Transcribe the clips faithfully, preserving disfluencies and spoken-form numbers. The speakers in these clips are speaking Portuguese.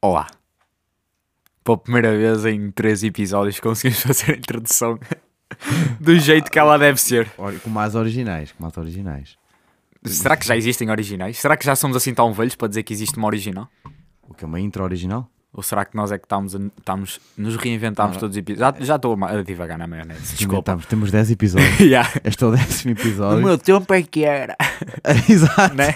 Olá. Pela primeira vez em três episódios conseguimos fazer a introdução do jeito que ela deve ser. Como as originais, como as originais. Será que já existem originais? Será que já somos assim tão velhos para dizer que existe uma original? O que é uma intro original? Ou será que nós é que estamos, a, estamos nos reinventamos Não, todos os episódios? Já, já estou a divagar na maionese, desculpa. Inventamos. Temos dez episódios. Yeah. Este é o décimo episódio. O meu tempo é que era. Exato. Né?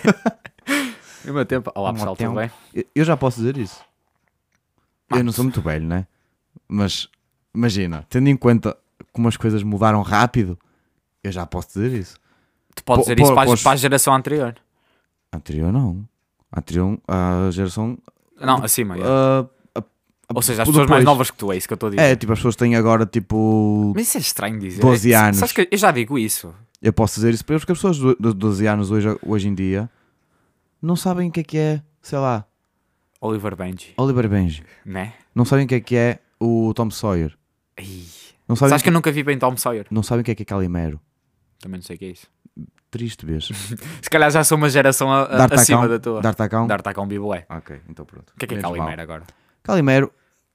O meu tempo... Olá pessoal, tudo bem? Eu- Eu já posso dizer isso. Eu não sou muito velho, né? Mas imagina, tendo em conta como as coisas mudaram rápido, eu já posso dizer isso. Tu podes Pô, dizer isso pô, para, a- pois- para a geração anterior. Anterior não. Anterior à geração. Não, acima. yeah. ah, a- a- Ou seja, as depois. pessoas mais novas que tu, é isso que eu estou a dizer. É, tipo, as pessoas têm agora tipo. Mas isso é estranho dizer. doze É- anos. Sabes que eu já digo isso. Eu posso dizer isso porque as pessoas de de doze anos hoje, hoje em dia não sabem o que é que é, sei lá, Oliver Benji, Oliver Benji. né? Não sabem o que é que é o Tom Sawyer. Ai. Não sabem, Sabes que eu nunca vi bem Tom Sawyer? não sabem o que é que é Calimero. Também não sei o que é isso. Triste vez. Se calhar já sou uma geração a- a- D'Artacão. acima da tua. D'Artacão. Dar-te um bibolé. Ok, então pronto. O que é que é Menos Calimero mal. agora? Calimero.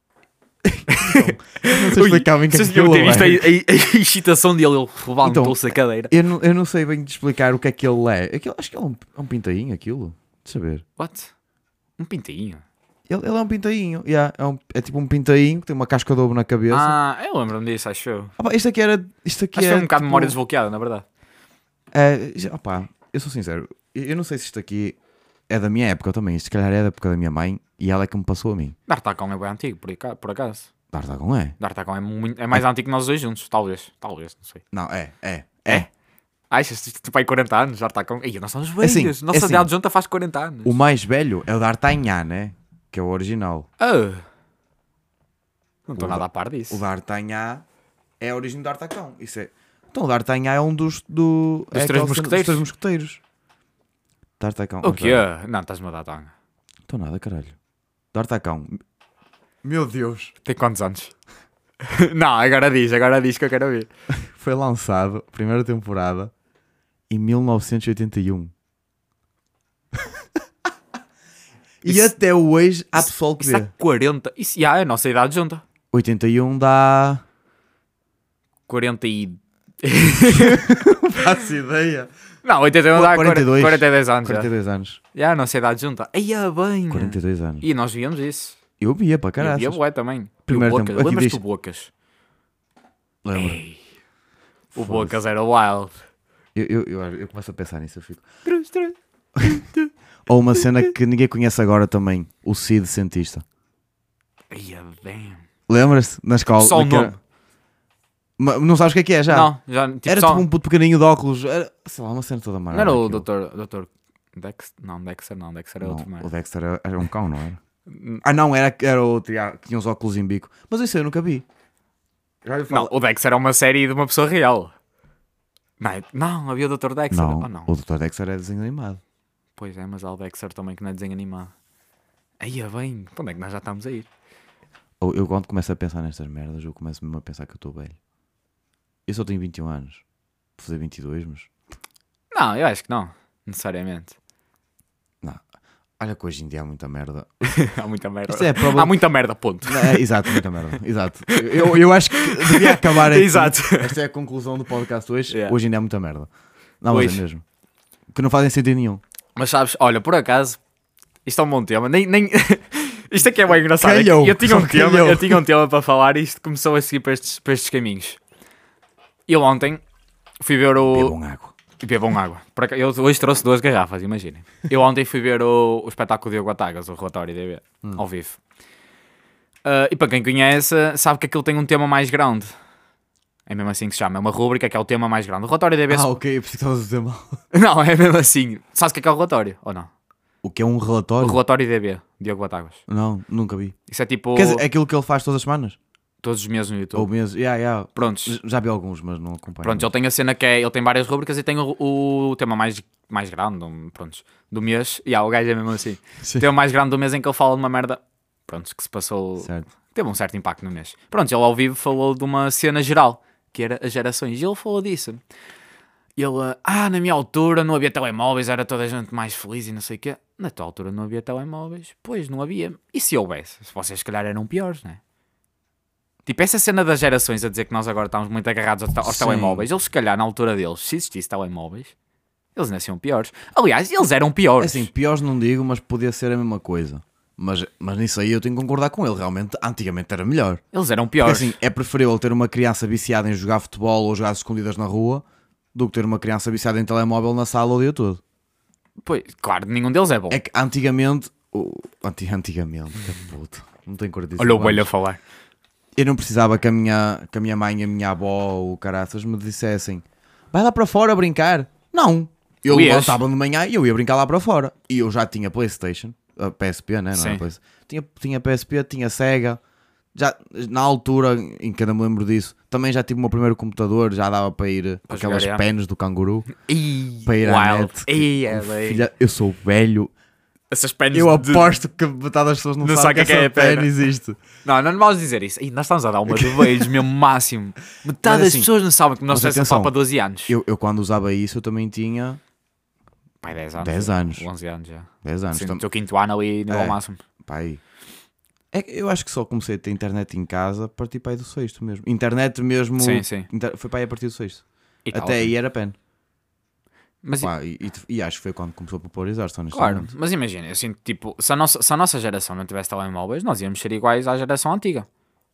Então, não sei explicar bem o que é Vocês que deviam aquilo ter visto é. a, a- a excitação dele. Ele levantou-se a cadeira. Eu não, eu não sei bem de explicar o que é que ele é. Aquilo, acho que ele é um, é um pintainho, aquilo. Deixa eu ver. What? Um pintinho? Ele, ele é um pintainho. Yeah, é, um- é tipo um pintainho que tem uma casca de ovo na cabeça. Ah, eu lembro-me disso, acho eu. Ah, pá, isto aqui era. Isto aqui Acho que é, foi um bocado de tipo, memória desbloqueada, na verdade. É, já- opá, eu sou sincero. Eu eu não sei se isto aqui é da minha época também. Isto se calhar é da época da minha mãe e ela é que me passou a mim. D'Artacão é bem antigo, por aca- por acaso. D'Artagão é? D'Artacão é, muito, é mais antigo que nós dois juntos, talvez. Talvez, não sei. Não, é, é. É? Achas que tu pai quarenta anos, D'Artacão? Ei, nós somos assim, velhos. é Nossa assim. idade junta faz quarenta anos. O mais velho é o D'Artagnan, né? Que é o original. Ah. Não estou O nada da- a par disso. O D'Artagnan é a origem do D'Artagnan. Isso é. Então o D'Artagnan é um dos. Do, Dos é três aquele- mosqueteiros? Dos três mosqueteiros. D'Artagnan. O quê? Não, estás-me a dar tanga. Então nada, caralho. D'Artagnan. Meu Deus. Tem quantos anos? Não, agora diz, agora diz que eu quero ouvir. Foi lançado, primeira temporada, em mil novecentos e oitenta e um. E Isso- até hoje há pessoal que Isso vê. há quarenta. Isso já é a nossa idade junta. oitenta e um dá. quarenta e. Não faço ideia. Não, oitenta e um dá quarenta e dois. quarenta e dois anos. quarenta e Já, dois anos. já a nossa idade junta. Aí é bem. quarenta e dois anos. E nós víamos isso. Eu via para E eu caralho. via bué também. Primeiro e o Bocas. tempo- aqui Lembras-te diz- do Bocas? Lembro. Ei, o Foda-se. Bocas era wild. Eu, eu, eu, eu começo a pensar nisso. Eu fico. Trus, trus. Ou uma cena que ninguém conhece agora também: o Cid Cientista. Ai, é bem. Lembras-te? Na escola. Só o daquela- nome. Ma- Não sabes o que é que é já? Não, já. Tipo, Era só... tipo um puto pequenininho de óculos. Era, sei lá, uma cena toda Não marada. era o aquilo. doutor. doutor Dex... Não, Dexter não. Dexter é Não, outro, o mais. Dexter era, era um cão, não era? Ah, não, era, era outro já, que tinha uns óculos em bico. Mas isso eu nunca vi. Já lhe Não, falo- o Dexter é uma série de uma pessoa real. Não, é- não havia o doutor Dexter. não, Oh, não. o doutor Dexter é desenho animado. Pois é, mas há o Dexter também que não é desenho animado. Aí é bem. Para onde é que nós já estamos a ir? Ou eu quando começo a pensar nestas merdas, eu começo mesmo a pensar que eu estou velho. Eu só tenho vinte e um anos. Vou fazer vinte e dois, mas... Não, eu acho que não. Necessariamente. Não. Olha que hoje em dia há muita merda. Há muita merda. Isto é prova... Há muita merda, ponto. É, exato, muita merda. Exato. Eu, eu acho que devia acabar aqui. Exato. Esta é a conclusão do podcast hoje. Yeah. Hoje em dia há muita merda. Não, mas Hoje. é mesmo. Que não fazem sentido nenhum. Mas sabes, olha, por acaso, isto é um bom tema. Nem, nem... isto aqui é bem engraçado. É que Calhou, eu, tinha um só tema, calhou. eu tinha um tema para falar e isto começou a seguir para estes, para estes caminhos. Eu ontem fui ver o. Bebam água. E bebam água. Por acaso, eu hoje trouxe duas garrafas, imaginem. Eu ontem fui ver o, o espetáculo de Diogo Atagas, o relatório D B, Hum. ao vivo. Ah, e para quem conhece, sabe que aquilo tem um tema mais grande. É mesmo assim que se chama. É uma rúbrica que é o tema mais grande. O relatório D B... Ah, ok. Eu pensei que estavas a dizer mal. Não, é mesmo assim. Sabes o que é que é o relatório? Ou não? O que é um O relatório? relatório D B, Diogo Batáguas. Não, nunca vi. Isso é tipo Quer dizer, é aquilo que ele faz todas as semanas? todos os meses no YouTube. Ou mesmo? Yeah, yeah. Prontos. J- Já vi alguns, mas não acompanho. Pronto, ele tem a cena que é... Ele tem várias rúbricas e tem o, o tema mais, mais grande, um, prontos, do mês. E yeah, o gajo é mesmo assim. Sim. O tema mais grande do mês em que ele fala de uma merda... Prontos, que se passou... Certo. Teve um certo impacto no mês. Pronto, ele ao vivo falou de uma cena geral, que era as gerações. E ele falou disso. Ele, ah, na minha altura não havia telemóveis, era toda a gente mais feliz e não sei o quê. Na tua altura não havia telemóveis. Pois, não havia. E se houvesse? Se vocês, se calhar, eram piores, não é? Tipo, essa cena das gerações a dizer que nós agora estamos muito agarrados aos, aos telemóveis. Eles, se calhar, na altura deles, se existisse telemóveis, eles nasciam piores. Aliás, eles eram piores. Assim, piores não digo, mas podia ser a mesma coisa. Mas, mas nisso aí eu tenho que concordar com ele. Realmente, antigamente era melhor. Eles eram Porque piores. assim, é preferível ter uma criança viciada em jogar futebol ou jogar escondidas na rua do que ter uma criança viciada em telemóvel na sala o dia todo. Pois, claro, nenhum deles é bom. É que antigamente... o- anti- Antigamente, que puto. Não tenho quarenta e cinco Olha o velho a anos. falar. Eu não precisava que a minha, que a minha mãe e a minha avó ou caraças me dissessem vai lá para fora brincar. Não. Eu Tu ias. levantava de manhã e eu ia brincar lá para fora. E eu já tinha PlayStation, a P S P, né? Não Sim. era PlayStation. Tinha, tinha P S P, tinha Sega. Já, na altura em que eu não me lembro disso, também já tive o meu primeiro computador, já dava para ir com Para aquelas jogar, é. penas do canguru. Ih, Para ir à wild. net. Ih, é Oh, bem. filha, eu sou velho. Essas penas Eu de- aposto que metade das pessoas não, Não sabem sabe que, o que é essa que é pena pena. existe. Não, não vamos dizer isso. Ih, nós estamos a dar uma de beijos mesmo máximo. Metade Mas das assim, pessoas não sabem que nós mas temos atenção, para doze anos. Eu, eu quando usava isso, eu também tinha Pai, dez anos. dez já. anos. onze anos já. dez anos. Sim, Tam- no teu quinto ano ali, nível É. máximo. Pai. É que eu acho que só comecei a ter internet em casa a partir pai do sexto mesmo. Internet mesmo. Sim, sim. inter- Foi pai a partir do sexto. E tal, Até sim. aí era pen. Mas, Pá, e, e- e acho que foi quando começou a popularizar-se, claro, honestamente. mas imagina, assim, tipo, se a, nossa, se a nossa geração não tivesse telemóveis, nós íamos ser iguais à geração antiga.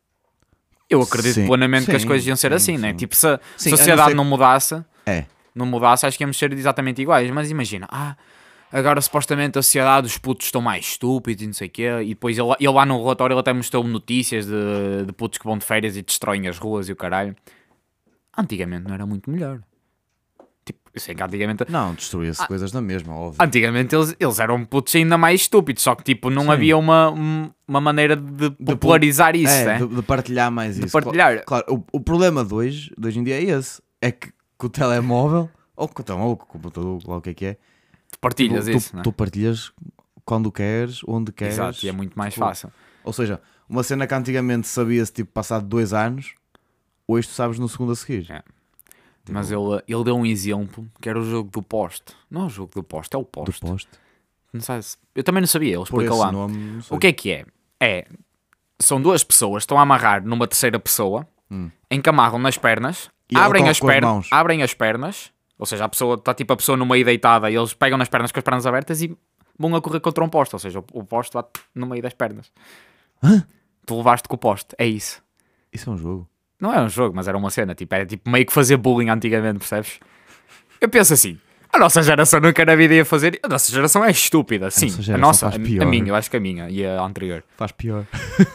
Eu acredito Sim, plenamente que as sim, coisas iam ser sim, assim, né? sim. Tipo, se, se Sim, a a não sociedade ser- não mudasse, É. não mudasse, acho que íamos ser exatamente iguais. Mas imagina, ah, agora supostamente a sociedade, os putos estão mais estúpidos e não sei o quê, e depois ele, ele lá no relatório ele até mostrou notícias de, de putos que vão de férias e destroem as ruas e o caralho. Antigamente não era muito melhor. Tipo, eu sei que antigamente... Não, destruía-se coisas na mesma, óbvio. Antigamente eles, eles eram putos ainda mais estúpidos, só que tipo, não Sim. havia uma, um- uma maneira de popularizar isso, é, né? de, de partilhar mais De isso. partilhar. Claro, o, o problema de hoje, de hoje em dia é esse. É que com o telemóvel, ou com o telemóvel, ou com o computador, lá o que é que é, Partilhas tu, isso, tu, né? tu partilhas quando queres, onde queres. Exato, e é muito mais tipo, fácil. Ou seja, uma cena que antigamente sabia-se tipo passado dois anos, hoje tu sabes no segundo a seguir. É. Mas ele, ele deu um exemplo que era o jogo do poste. Não é o jogo do poste, é o Do poste. poste. Não sei se- Eu também não sabia, ele Por explica esse lá. nome, não sei. O que é que é? É, são duas pessoas, estão a amarrar numa terceira pessoa, Hum. em que amarram nas pernas, E ele abrem corre as, com as pernas, mãos. abrem as pernas, ou seja, a pessoa está tipo a pessoa no meio deitada e eles pegam nas pernas com as pernas abertas e vão a correr contra um poste, ou seja, o, o poste bate no meio das pernas. Hã? Tu levaste com o poste, é isso. Isso é um jogo. Não é um jogo, mas era uma cena, tipo, era tipo meio que fazer bullying antigamente, percebes? Eu penso assim, a nossa geração nunca na vida ia fazer, a nossa geração é estúpida, sim, nossa a geração nossa, faz a, pior. a minha, eu acho que a minha e a anterior. Faz pior.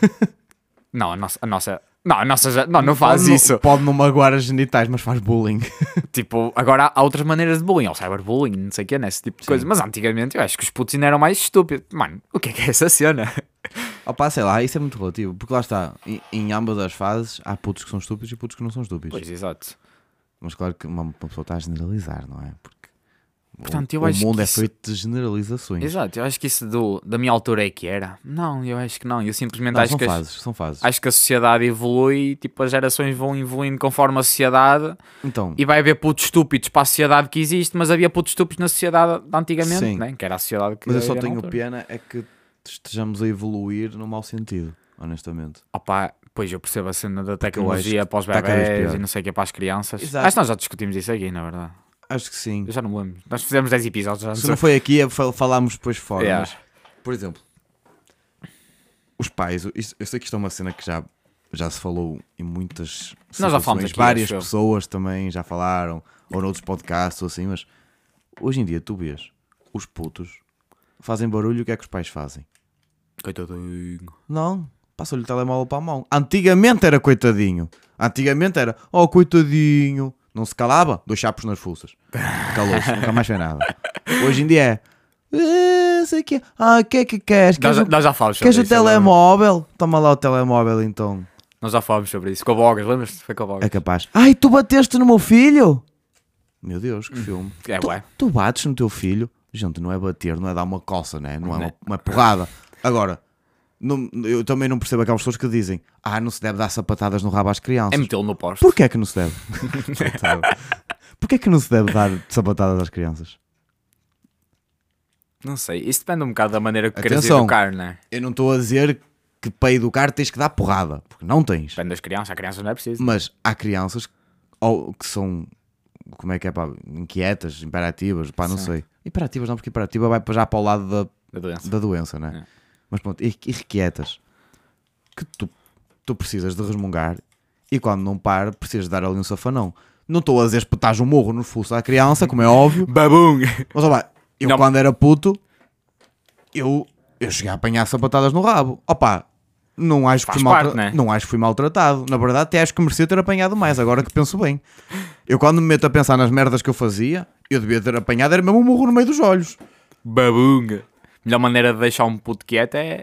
Não, a nossa, a nossa, não, a nossa, ge- não, não faz Pode isso. Pode não magoar as genitais, mas faz bullying. Tipo, agora há outras maneiras de bullying, ou cyberbullying, não sei o que, nesse tipo de Sim. coisa, mas antigamente eu acho que os putos ainda eram mais estúpidos. Mano, o que é que é essa cena? Opa, sei lá, isso é muito relativo. Porque lá está, em, em ambas as fases há putos que são estúpidos e putos que não são estúpidos. Pois, exato. Mas claro que uma, uma pessoa está a generalizar, não é? Porque Portanto, o, eu o acho mundo que é isso- feito de generalizações. Exato, eu acho que isso do, da minha altura é que era. Não, eu acho que não, eu simplesmente Não, acho são que... as- fases, são fases. Acho que a sociedade evolui, tipo, as gerações vão evoluindo conforme a sociedade Então, e vai haver putos estúpidos para a sociedade que existe, mas havia putos estúpidos na sociedade de antigamente, Sim. né? Que era a sociedade que mas eu só havia na tenho altura. pena é que estejamos a evoluir no mau sentido, honestamente. Opa, pois eu percebo a cena da eu acho tecnologia que para os está cada vez bebés pior. e não sei o que para as crianças. Exato. Acho que nós já discutimos isso aqui, na verdade. Acho que sim. Eu já não me lembro. Nós fizemos dez episódios, já não Se sei. não foi aqui, é fa- falámos depois fora. Yeah. Mas, por exemplo, os pais, eu, isso- eu sei que isto é uma cena que já, já se falou em muitas Nós já falamos situações, aqui, várias acho eu. pessoas também já falaram, ou noutros podcasts ou assim, mas hoje em dia tu vês, os putos fazem barulho, o que é que os pais fazem? Coitadinho. Não, passa-lhe o telemóvel para a mão. Antigamente era coitadinho. Antigamente era, oh coitadinho. Não se calava, dois chapos nas fuças. Calou-se, nunca mais fez nada. Hoje em dia é, "Eh, sei que ah, o que é que queres? Nós, Queres, o, nós já falamos sobre queres o isso. agora. telemóvel? Toma lá o telemóvel então. Nós já falamos sobre isso. Com a Bogas, lembras-te? Foi com a Bogas. É capaz. Ai, tu bateste no meu filho? Meu Deus, que filme. É, tu, ué. tu bates no teu filho? Gente, não é bater, não é dar uma coça, né? Não é uma, uma porrada. Agora, não- eu também não percebo aquelas pessoas que dizem ah, não se deve dar sapatadas no rabo às crianças. É metê-lo no poste. Porquê é que não se deve? Coitado. Porquê é que não se deve dar sapatadas às crianças? Não sei, isso depende um bocado da maneira que queres Atenção. educar, né? Eu não estou a dizer que para educar tens que dar porrada, porque não tens. Depende das crianças, há crianças não é preciso. Mas há crianças ou, que são, como é que é, pá, inquietas, imperativas, pá, não Sim. sei. Imperativas não, porque imperativa vai já para o lado da, Da doença. da doença, né? É. Mas pronto, ir- irrequietas, que tu, tu precisas de resmungar e quando não para, precisas dar ali um safanão. Não estou a dizer espetares um morro no fuço à criança, como é óbvio, Babum! mas ó, pá, eu Não. quando era puto, eu, eu cheguei a apanhar sapatadas no rabo. Opa, não acho, que Faz fui maltra- parte, né? não acho que fui maltratado. Na verdade, até acho que merecia ter apanhado mais, agora que penso bem. Eu quando me meto a pensar nas merdas que eu fazia, eu devia ter apanhado, era mesmo um murro no meio dos olhos. Babunga! Melhor maneira de deixar um puto quieto é.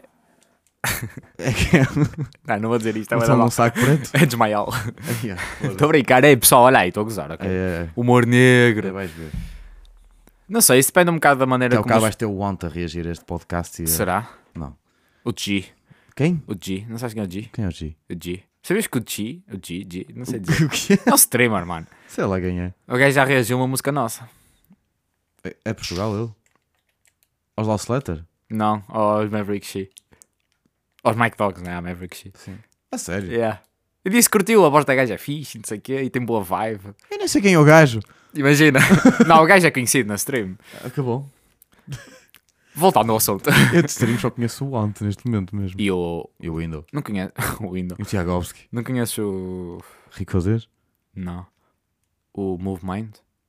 É que é Não, não vou dizer isto, é só bué da um mal. saco preto. É desmaiá-lo. Aí, ó. Estou a brincar, ei pessoal, olha aí, estou a gozar, ok? É, é, Humor é. negro. Vais ver. Não sei, isso depende um bocado da maneira Até o como. cara os- vais ter o want a reagir a este podcast e... Será? Não. O G. Quem? O G. Não sabes quem é o G? Quem é o G? O G. Sabias que o G, o G, G, não sei dizer. O quê? É um streamer, mano. Sei lá quem é. O gajo já reagiu a uma música nossa. É, é Portugal ele? Aos Lost Letter? Não, aos Maverick She. Aos Mike Dogs, né? A Maverick She. Sim. A sério? Yeah. E disse que curtiu, a voz da gaja é fixe, não sei o quê, e tem boa vibe. Eu nem sei quem é o gajo. Imagina. Não, o gajo é conhecido na stream. Acabou. Voltando ao assunto. Eu de stream só conheço o Want neste momento mesmo. E o... E o Windows. Não conheço... O Windows. E o Tiagovski. Não conheço o... Rico Fazer? Não. O Move Mind.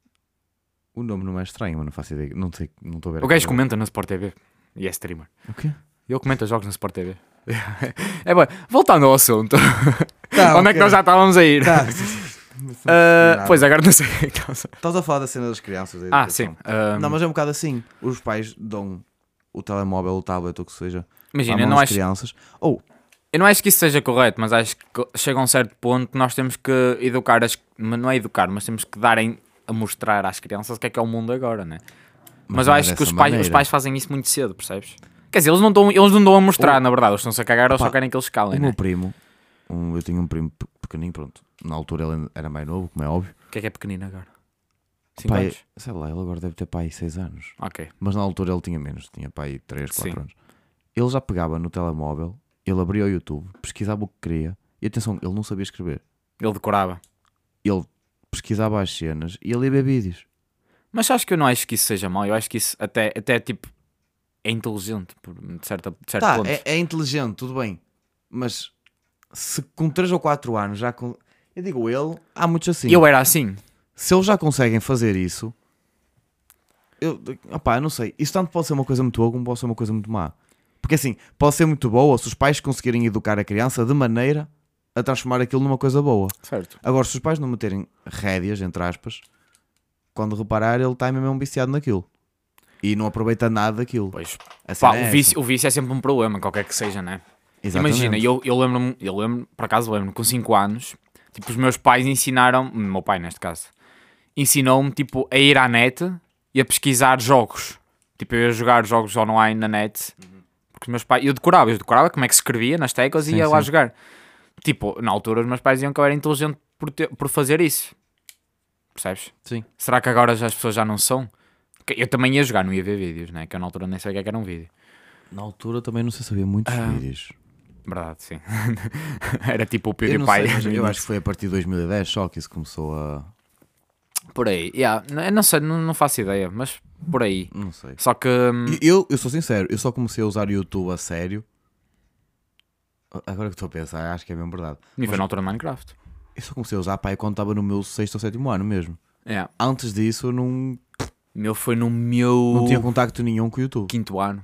O nome não é estranho, mas não faço ideia. Não sei, não estou a ver. O gajo agora. comenta na Sport T V. E é streamer. O quê? Ele comenta jogos na Sport T V. É bom. Voltando ao assunto. Tá, Onde é que ok. nós já estávamos a ir? Tá. Ah, pois, agora não sei o que é que estamos a- Estás a falar da cena das crianças. da Ah, educação. sim. Ah, Não, mas é um bocado assim. Os pais dão o telemóvel, o tablet, ou o que seja, imagina, à eu mão não, das acho, crianças. Ou, eu não acho que isso seja correto, mas acho que chega a um certo ponto que nós temos que educar as... mas não é educar, mas temos que darem a mostrar às crianças o que é que é o mundo agora, né? Mas, não eu é acho que dessa os pais, os maneira. pais fazem isso muito cedo, percebes? Quer dizer, eles não dão, eles não dão a mostrar, O- na verdade. Eles estão-se a cagar, eles Opa, só querem que eles o calem, meu né? primo, um, eu tinha um primo pe- pequenino, pronto. Na altura ele era mais novo, como é óbvio. O que é que é pequenino agora? cinco Pai, anos? sei lá, ele agora deve ter pai seis anos. Ok. Mas na altura ele tinha menos, tinha pai três, quatro Sim. anos. Ele já pegava no telemóvel, ele abria o YouTube, pesquisava o que queria. E atenção, ele não sabia escrever. Ele decorava. Ele pesquisava as cenas e ele ia ver vídeos. Mas acho que eu não acho que isso seja mau. Eu acho que isso até, até tipo, é inteligente, por, de, certa, de certo Tá, ponto. é, é inteligente, tudo bem. Mas se com três ou quatro anos já... Com... Eu digo ele, há muitos assim. Eu era assim. Se eles já conseguem fazer isso... Eu, opá, eu não sei. Isso tanto pode ser uma coisa muito boa como pode ser uma coisa muito má. Porque assim, pode ser muito boa se os pais conseguirem educar a criança de maneira a transformar aquilo numa coisa boa. Certo. Agora, se os pais não meterem rédeas, entre aspas, quando reparar, ele está mesmo viciado naquilo. E não aproveita nada daquilo. Pois, A pá, cena é o, essa. vício, o vício é sempre um problema, qualquer que seja, né? Exatamente. Imagina, eu, eu lembro-me, eu lembro, por acaso lembro-me, com cinco anos, tipo, os meus pais ensinaram, meu pai neste caso, ensinou-me, tipo, a ir à net e a pesquisar jogos. Tipo, eu ia jogar jogos online na net, porque os meus pais, eu decorava, eu decorava como é que se escrevia nas teclas e Sim, ia lá sim. jogar. Tipo, na altura os meus pais diziam que eu era inteligente por, ter, por fazer isso. Percebes? Sim. Será que agora já as pessoas já não são? Que Eu também ia jogar, não ia ver vídeos, né? Que eu na altura nem sabia o que é que era um vídeo. Na altura também não sei se havia muitos Ah, vídeos. Verdade, sim. Era tipo o Eu não sei, PewDiePie. mas eu acho que foi a partir de dois mil e dez só que isso começou a... Por aí, yeah. Eu não sei, não, não faço ideia, mas por aí. Não sei. Só que. hum, E Eu, eu sou sincero, eu só comecei a usar o YouTube a sério. Agora que estou a pensar, acho que é mesmo verdade. E foi Mas na altura de Minecraft. eu só comecei a usar pai quando estava no meu sexto ou sétimo ano mesmo. Yeah. Antes disso eu não, O meu foi no meu não tinha contacto nenhum com o YouTube. quinto ano.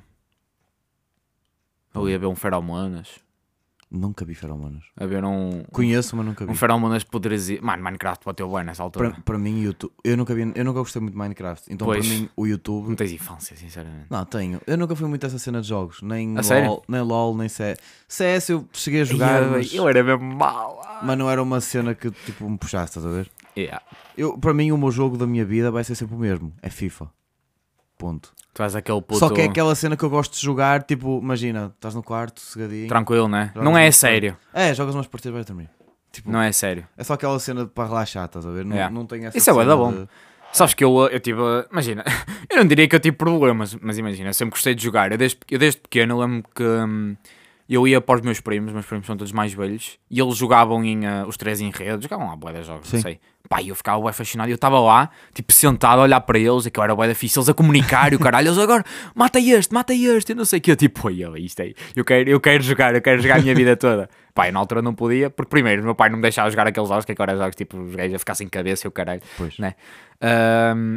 Eu ia ver um Feromonas. Nunca vi feromonas. A ver um. Conheço, mas nunca vi. Um Feromonas poderia. Mano, Minecraft bateu bem nessa altura. Para, para mim, YouTube. Eu nunca, vi, eu nunca gostei muito de Minecraft. Então, Pois. para mim, o YouTube. Não tens infância, sinceramente. Não, tenho. Eu nunca fui muito essa cena de jogos. Nem A sério? LOL, nem LOL, nem C S. C S eu cheguei a jogar, eu, mas, eu era mesmo mau. mas não era uma cena que tipo, me puxasse, estás a ver? Yeah. Eu, para mim, o meu jogo da minha vida vai ser sempre o mesmo. É FIFA. Ponto. Tu és aquele puto. Só que é aquela cena que eu gosto de jogar, tipo, imagina, estás no quarto, cegadinho. Tranquilo, né? Jogas Não é umas sério. É, jogas umas partidas e vais dormir. Tipo, Não é sério. é só aquela cena para relaxar, estás a ver? Não, Yeah. não tem essa Isso é bué cena da bom. de- Sabes que eu, eu tive, imagina, eu não diria que eu tive problemas, mas imagina, eu sempre gostei de jogar. Eu desde, eu desde pequeno lembro que hum, eu ia para os meus primos, meus primos são todos mais velhos, e eles jogavam em, uh, os três em rede, jogavam lá bué de jogos, Sim. não sei. Pá, e eu ficava bué fascinado, e eu estava lá, tipo, sentado a olhar para eles, e que eu era bué da fixe, eles a comunicar, e o caralho, eles agora, mata este, mata este, eu não sei o que, eu tipo, oi, eu, isto aí, eu quero, eu quero jogar, eu quero jogar a minha vida toda. Pá, eu na altura não podia, porque primeiro, meu pai não me deixava jogar aqueles jogos, que agora jogos, tipo, os gajos a ficar sem cabeça, e o caralho, Pois. né? Um,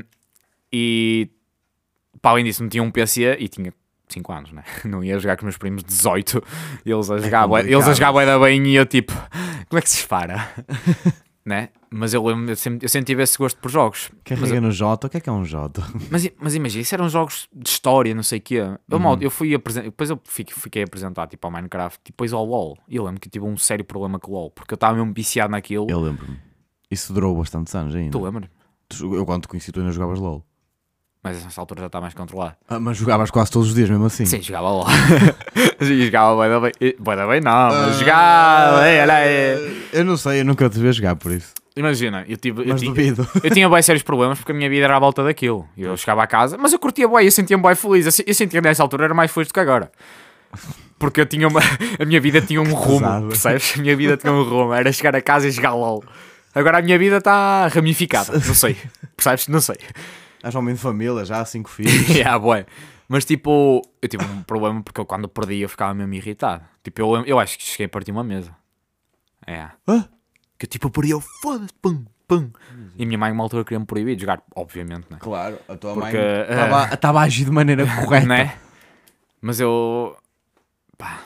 e, pá, além disso, não tinha um P C, e tinha cinco anos, né? Não ia jogar com os meus primos de dezoito, eles a jogar, bué- eles a jogar bué da bem, e eu tipo, como é que se dispara? Né? Mas eu lembro, eu sempre, eu sempre tive esse gosto por jogos. Carrega Mas, no J, o que é que é um J? mas, mas imagina, isso eram jogos de história, não sei o quê. Eu, mal, eu fui apresentar, depois eu fiquei, fiquei a apresentar tipo ao Minecraft e depois ao LoL. E eu lembro que tive um sério problema com o LoL, porque eu estava mesmo viciado naquilo. Eu lembro-me. Isso durou bastantes anos ainda. Tu lembras? Tu- Eu quando te conheci tu ainda jogavas LOL. Mas nessa altura já está mais controlado. Ah, mas jogavas quase todos os dias mesmo assim. Sim, jogava LoL. Sim, jogava bué da bem. Bué da bem não, mas jogava. Ei, olha aí. Eu não sei, eu nunca te vi jogar por isso. Imagina, eu tive... Eu Mas tinha, duvido. eu tinha bem sérios problemas porque a minha vida era à volta daquilo. Eu chegava a casa, mas eu curtia bué, eu sentia-me bué feliz. Eu se- eu sentia que nessa altura era mais feliz do que agora. Porque eu tinha uma... A minha vida tinha um rumo, Pesado. percebes? A minha vida tinha um rumo, era chegar a casa e jogar LOL. Agora a minha vida está ramificada, não sei. Percebes? Não sei. És homem de família, já há cinco filhos. Yeah, bué. Mas tipo, eu tive um problema porque eu quando perdi eu ficava mesmo irritado. Tipo, eu, eu acho que cheguei a partir uma mesa. É. Hã? Que eu tipo, eu perdi, eu foda-se, pum, pum. E a minha mãe, uma altura, queria-me proibir de jogar, obviamente, né? Claro, a tua Porque, mãe estava a agir de maneira correta. Né? Mas eu. Pá.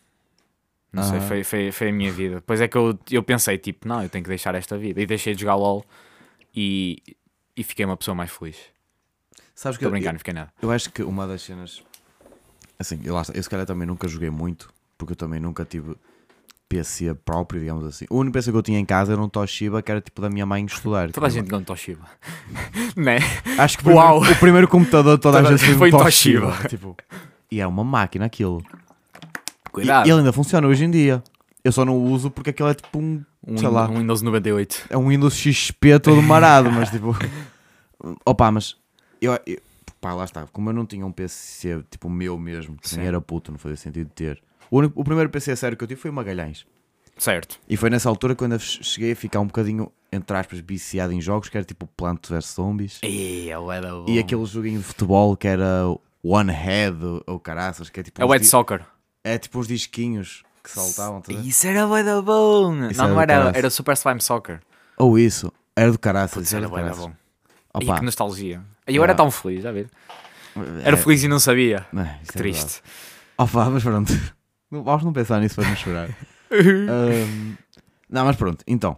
Não sei, Aham. foi, foi, foi a minha vida. Depois é que eu, eu pensei, tipo, não, eu tenho que deixar esta vida. E deixei de jogar LOL e, e fiquei uma pessoa mais feliz. Sabes que Estou a eu, brincar, eu, não fiquei nada. eu acho que uma das cenas. Assim, eu, lá está, eu se calhar também nunca joguei muito, porque eu também nunca tive P C próprio, digamos assim. O único P C que eu tinha em casa era um Toshiba, que era tipo da minha mãe estudar. Toda a gente ganhou um Toshiba. Né? Acho que o primeiro, Uau. o primeiro computador toda, Toda a gente foi teve um em Toshiba. Toshiba. Tipo, e é uma máquina aquilo. E, Cuidado. e ele ainda funciona hoje em dia. Eu só não o uso porque aquilo é tipo um, um, sei lá, um Windows noventa e oito. é um Windows X P todo marado, mas tipo, opa, mas eu, eu pá, lá está, como eu não tinha um P C tipo meu mesmo, que Sim. nem era puto, não fazia sentido ter. O, único, o primeiro P C sério que eu tive foi o Magalhães. Certo. E foi nessa altura quando eu cheguei a ficar um bocadinho, entre aspas, viciado em jogos, que era tipo Plants versus Zombies. E é o Ed bom. E aquele joguinho de futebol que era One Head ou, ou caraças, que é tipo É o uns Ed di- Soccer. é tipo os disquinhos que saltavam, tá a ver? Isso era bué da bom. Isso Não, era não do era, caraças. era Super Slime Soccer. Ou isso, era do caraças, Isso isso era era do bué da caraças. bom. E Opa, que nostalgia. E eu era Yeah. tão feliz, já ver. Era é- feliz e não sabia. não, isso Que é triste. Opa, mas pronto. Não- Vamos não pensar nisso para não chorar. Ahm, não, mas pronto, então.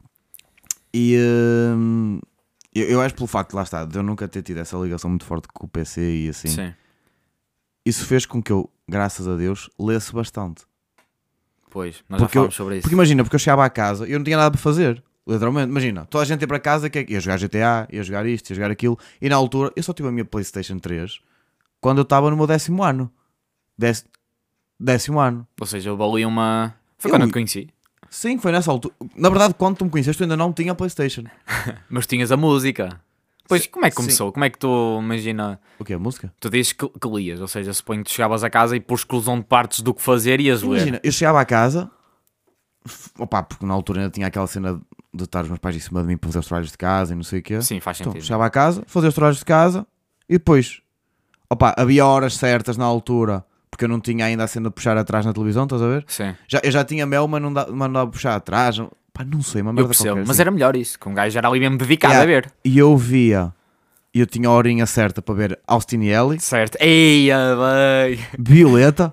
E ahm, eu, eu acho pelo facto, lá está, de eu nunca ter tido essa ligação muito forte com o P C e assim, Sim. isso fez com que eu, graças a Deus, lesse bastante. Pois, nós Porque já eu- falamos sobre isso. Porque imagina, porque eu chegava à casa e eu não tinha nada para fazer. Literalmente, imagina, toda a gente ia para casa, que é que ia jogar G T A, ia jogar isto, ia jogar aquilo, e na altura eu só tive a minha PlayStation três quando eu estava no meu décimo ano. Dez- Décimo ano. Ou seja, eu ali uma. Foi Eu- quando eu te conheci. Sim, foi nessa altura. Na verdade, quando tu me conheceste, eu ainda não tinha PlayStation. Mas tinhas a música. Pois, Sim, como é que sim. começou? Como é que tu, imagina, O que é música? tu dizes que, que lias, ou seja, suponho que tu chegavas a casa e por exclusão de partes do que fazer ias ler. Imagina, eu chegava à casa, f- opá, porque na altura ainda tinha aquela cena de estar os meus pais em cima de mim para fazer os trabalhos de casa e não sei o quê. Sim, faz Então, sentido. chegava à casa, fazia os trabalhos de casa e depois, opá, havia horas certas na altura, porque eu não tinha ainda a cena de puxar atrás na televisão, estás a ver? Sim, Já, eu já tinha mel, mas não, dá, mas não dava a puxar atrás. não- Pá, não sei, uma eu merda percebo. qualquer, Mas assim. era melhor isso, que um gajo era ali mesmo dedicado Yeah. a ver. E eu via, e eu tinha a horinha certa para ver Austin e Ellie, Certo. Eia, bem. Violeta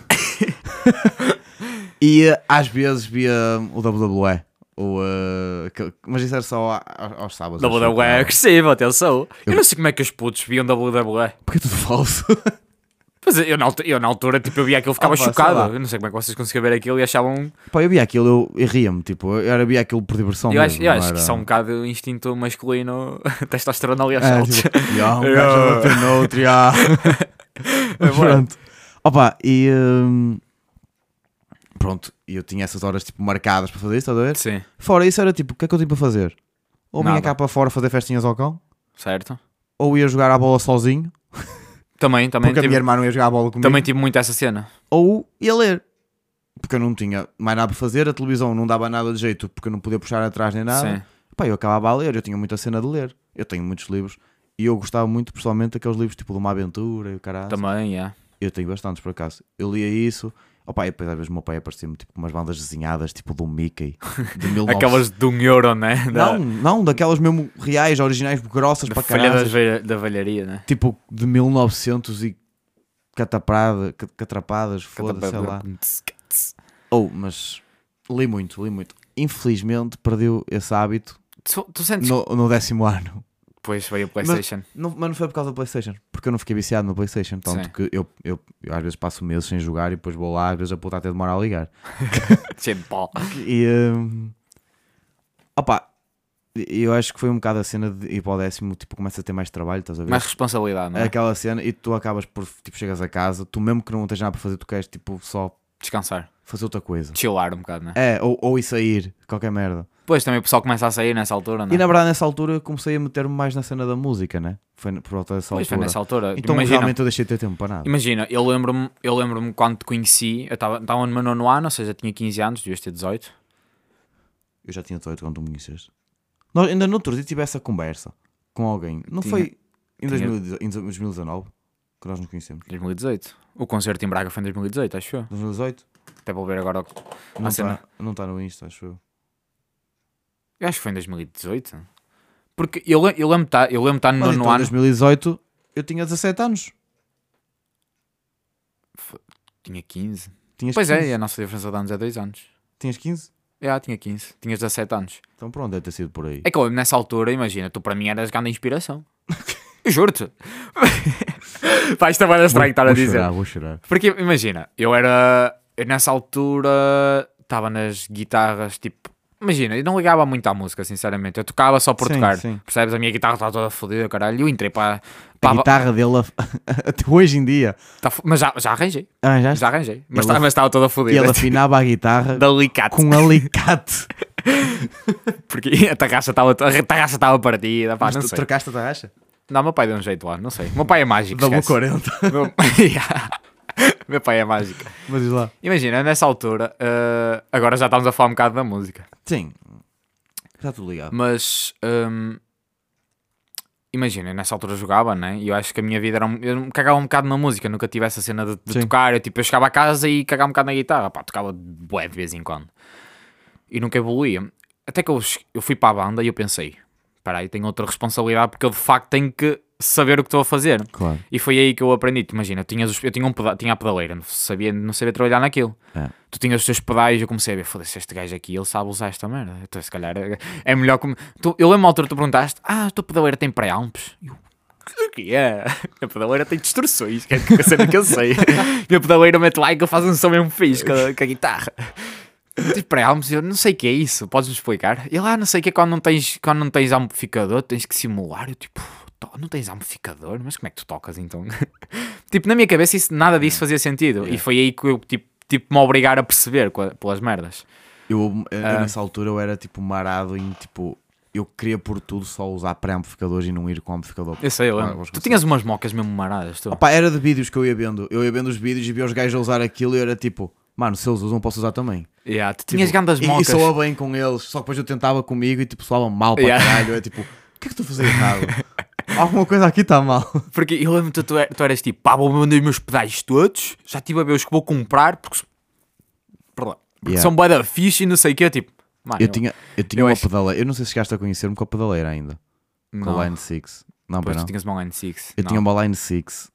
e eh, às vezes via o W W E. O, eh, que- mas isso era só a- a- aos sábados. W acho W E é que- agressivo, atenção. Eu Eu- não sei como é que os putos viam W W E. Porque é tudo falso. Pois é, eu na, altura, eu na altura, tipo, eu via aquilo, ficava Opa, sei chocado. lá. Eu não sei como é que vocês conseguiam ver aquilo e achavam... Pá, eu via aquilo, eu, eu ria-me, tipo, eu era via aquilo por diversão Eu acho, mesmo, eu não acho que era- isso é um bocado instinto masculino, testosterona ali aos É, saltos. tipo, "Ya, um gajo a bater no outro, ya." Mas Bueno. pronto. Opa, e hum, pronto, e eu tinha essas horas tipo marcadas para fazer isso, estás a ver? Sim. Fora isso era tipo, o que é que eu tinha para fazer? Ou vinha Nada. cá para fora fazer festinhas ao cão, Certo? Ou ia jogar a bola sozinho, Também, também porque a tive, minha irmã não ia jogar a bola comigo. também tive muito essa cena. Ou ia ler, porque eu não tinha mais nada para fazer, a televisão não dava nada de jeito, porque eu não podia puxar atrás nem nada. Sim. Pá, eu acabava a ler, eu tinha muita cena de ler. Eu tenho muitos livros e eu gostava muito, pessoalmente, daqueles livros tipo de uma aventura e o caralho. Também, yeah. Eu tenho bastantes por acaso. Eu lia isso. Opa, e depois às vezes o meu pai aparecia-me tipo umas bandas desenhadas, tipo do Mickey, de mil e novecentos. Aquelas de um euro, né? Da, Não, não, daquelas mesmo reais, originais, grossas da para folha das caralho. velha- da velharia, né? Tipo de mil e novecentos e cataprada, ca- catrapadas, foda-se, sei lá. Ou, mas li muito, li muito. Infelizmente perdeu esse hábito Tu, tu sentes... no, no décimo ano. Depois veio o PlayStation. Não, mas não foi por causa do PlayStation, porque eu não fiquei viciado no PlayStation. Tanto Sim. que eu, eu, eu às vezes passo meses sem jogar e depois vou lá, às vezes a puta até demora a ligar. Cheio de pó. E um, opa, eu acho que foi um bocado a cena de ir para o décimo, tipo, começa a ter mais trabalho, estás a ver? Mais responsabilidade, não É é? aquela cena e tu acabas por, tipo, chegas a casa, tu mesmo que não tens nada para fazer, tu queres, tipo, só Descansar. fazer outra coisa. Chillar um bocado, né? É, ou, ou ir sair, qualquer merda. Depois também o pessoal começa a sair nessa altura, não é? E na verdade nessa altura eu comecei a meter-me mais na cena da música, né? Foi por volta dessa Pois foi altura. nessa altura. Então Imagina, realmente eu deixei de ter tempo para nada. imagina eu lembro-me eu lembro-me quando te conheci, eu estava no meu nono ano, ou seja, tinha quinze anos, devias ter dezoito. Eu já tinha dezoito quando tu me conheceste. Nós, ainda no outro dia tive essa conversa com alguém. Não Tinha- foi em, tinha- dois mil, em dois mil e dezanove que nós nos conhecemos? dois mil e dezoito. O concerto em Braga foi em dois mil e dezoito, acho eu. dois mil e dezoito? Até vou ver agora. Não a cena. está não tá no Insta, acho eu. Eu acho que foi em dois mil e dezoito. Porque eu, le- eu lembro de estar eu lembro de estar no Mas nono então em ano. dois mil e dezoito eu tinha dezassete anos. Tinha quinze. Tinhas Pois quinze. é, e a nossa diferença de anos é dois anos. Tinhas quinze? Já, tinha quinze. Tinhas dezassete anos. Então pronto, deve ter sido por aí. É que eu, nessa altura, imagina, tu para mim eras grande inspiração. Eu juro-te. Pá, isto é mais estranho estar a vou dizer. chorar, vou chorar. Porque imagina, eu era. Eu nessa altura estava nas guitarras, tipo. Imagina, eu não ligava muito à música, sinceramente. Eu tocava só por Sim, tocar. sim. Percebes? A minha guitarra estava toda fodida, caralho. Eu entrei para. A para guitarra dele até hoje em dia. tá fo- mas já, já arranjei. Ah, já Já arranjei. Mas Ele- tá- mas estava toda E fodida. ele afinava a guitarra De alicate. com alicate. Porque a tarraxa estava a tarraxa estava partida. Pá, Mas não tu sei. trocaste a tarraxa? Não, meu pai deu um jeito lá, não sei. O meu pai é mágico. Double esquece. quarenta. Meu... meu pai é mágico. Mas diz lá. Imagina, nessa altura, eh, agora já estamos a falar um bocado da música, Sim. Está tudo ligado. mas hum, imagina, nessa altura eu jogava, né? E eu acho que a minha vida era. Um... Eu me cagava um bocado na música, nunca tive essa cena de, de Sim. tocar. Eu, tipo, eu chegava a casa e cagava um bocado na guitarra, pá, tocava bué de vez em quando e nunca evoluía. Até que eu, eu fui para a banda e eu pensei: espera aí, tenho outra responsabilidade porque eu de facto tenho que saber o que estou a fazer. Claro. E foi aí que eu aprendi. Imagina, eu tinha, os- eu tinha, um peda- tinha a pedaleira, não sabia, não sabia trabalhar naquilo. É. Tu tinhas os teus pedais, eu comecei a ver, foda-se, este gajo aqui, ele sabe usar esta merda. Então, se calhar, é, é melhor como... Tu, eu lembro uma altura que tu perguntaste, ah, a tua pedaleira tem pré-ampes? E eu, o que é? A pedaleira tem distorções, que é a cena que eu sei. Minha pedaleira mete lá e que eu faço um som mesmo fixe com a, com a guitarra. Tipo, pré-ampes, eu não sei o que é isso, podes-me explicar? E lá, não sei o que é quando não tens, quando não tens amplificador, tens que simular. Eu tipo, "To- não tens amplificador? Mas como é que tu tocas então?" Tipo, na minha cabeça isso, nada disso fazia sentido. Yeah. E foi aí que eu, tipo, tipo me obrigar a perceber co- pelas merdas. Eu, eu Ah. nessa altura eu era tipo marado em tipo. Eu queria por tudo só usar pré-amplificadores e não ir com amplificador. Eu sei, eu Ah, lembro. vamos Tu começar. tinhas umas mocas mesmo maradas, tu. Opa, era de vídeos que eu ia vendo. Eu ia vendo os vídeos e via os gajos a usar aquilo e eu era tipo, mano, se eles usam, posso usar também. Yeah, tu tinhas Tipo, grandes e, e mocas. soa bem com eles, só que depois eu tentava comigo e tipo soava mal para Yeah. caralho. Eu era tipo, o que é que estou a fazer errado? Alguma coisa aqui está mal. Porque eu lembro que tu, tu, tu eras tipo, pá, vou vender os meus pedais todos, já estive a ver os que vou comprar, porque, s- perdão, porque Yeah. são bué da fixe e não sei o quê, tipo, mano, Eu tinha, eu tinha eu uma acho- pedaleira. Eu não sei se chegaste a conhecer-me com a pedaleira ainda. Com não, a Line seis. Não, depois pois tu não. tinhas uma Line seis. Eu não. tinha uma Line seis.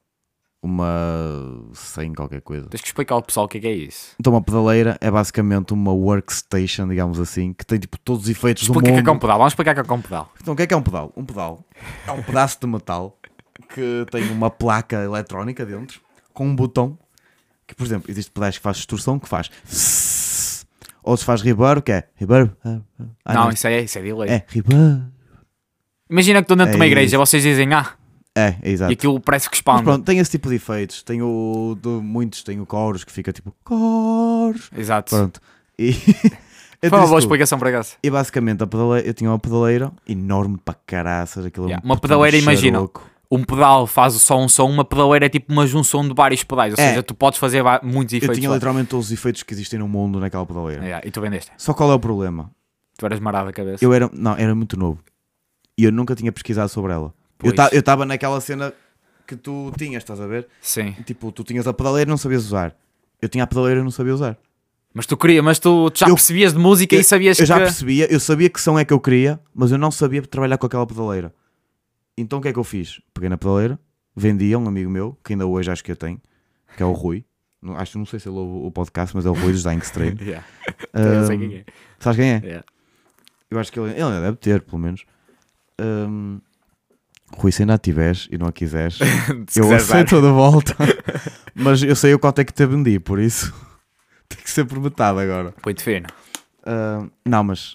Uma cem qualquer coisa. Tens que explicar ao pessoal o que é que é isso. Então uma pedaleira é basicamente uma workstation, digamos assim, que tem tipo todos os efeitos Explica o do que é mundo. que é um pedal, vamos explicar o que é que é um pedal. Então o que é que é um pedal? Um pedal é um pedaço de metal que tem uma placa eletrónica dentro com um botão que, por exemplo, existe pedais que faz distorção que faz ou se faz reverb, que é reverb. Ah, não, isso é, isso é delay. é reverb. Imagina que estou dentro de uma É igreja, isso. vocês dizem ah, É, é exato. e aquilo parece que Mas expande. pronto, tem esse tipo de efeitos. Tem o de muitos, tem o chorus que fica tipo chorus. Exato. Pronto. E Eu Foi uma disse boa tudo. explicação para casa. E basicamente a pedaleira, eu tinha uma pedaleira enorme para caraças. Aquilo Yeah. um Uma puto pedaleira, de imagina. charuco. Um pedal faz só um som, uma pedaleira é tipo uma junção de vários pedais. Ou É. seja, tu podes fazer va- muitos Eu efeitos tinha lá. literalmente todos os efeitos que existem no mundo naquela pedaleira. Yeah, e tu vendeste. Só qual é o problema? Tu eras marado a cabeça. Eu era, não, era muito novo. E eu nunca tinha pesquisado sobre ela. Eu Pois. estava naquela cena que tu tinhas, estás a ver? Sim. Tipo, tu tinhas a pedaleira e não sabias usar. Eu tinha a pedaleira e não sabia usar. Mas tu queria, mas tu tu já Eu- percebias de música eu, e sabias eu já que... percebia, eu sabia que som é que eu queria, mas eu não sabia trabalhar com aquela pedaleira. Então o que é que eu fiz? Peguei na pedaleira, vendi a um amigo meu, que ainda hoje acho que eu tenho, que é o Rui. Não, acho, não sei se ele ouve o podcast, mas é o Rui dos Dying Strain. Yeah. Eu sei Um, quem é. Sabes quem é? Yeah. Eu acho que ele, ele deve ter, pelo menos. Um, Rui, se ainda a tiveres e não a quiseres, Se eu quiseres dar. aceito de volta. Mas eu sei o quanto é que te vendi, por isso tem que ser por metade agora. Foi-te fino. Uh, não, mas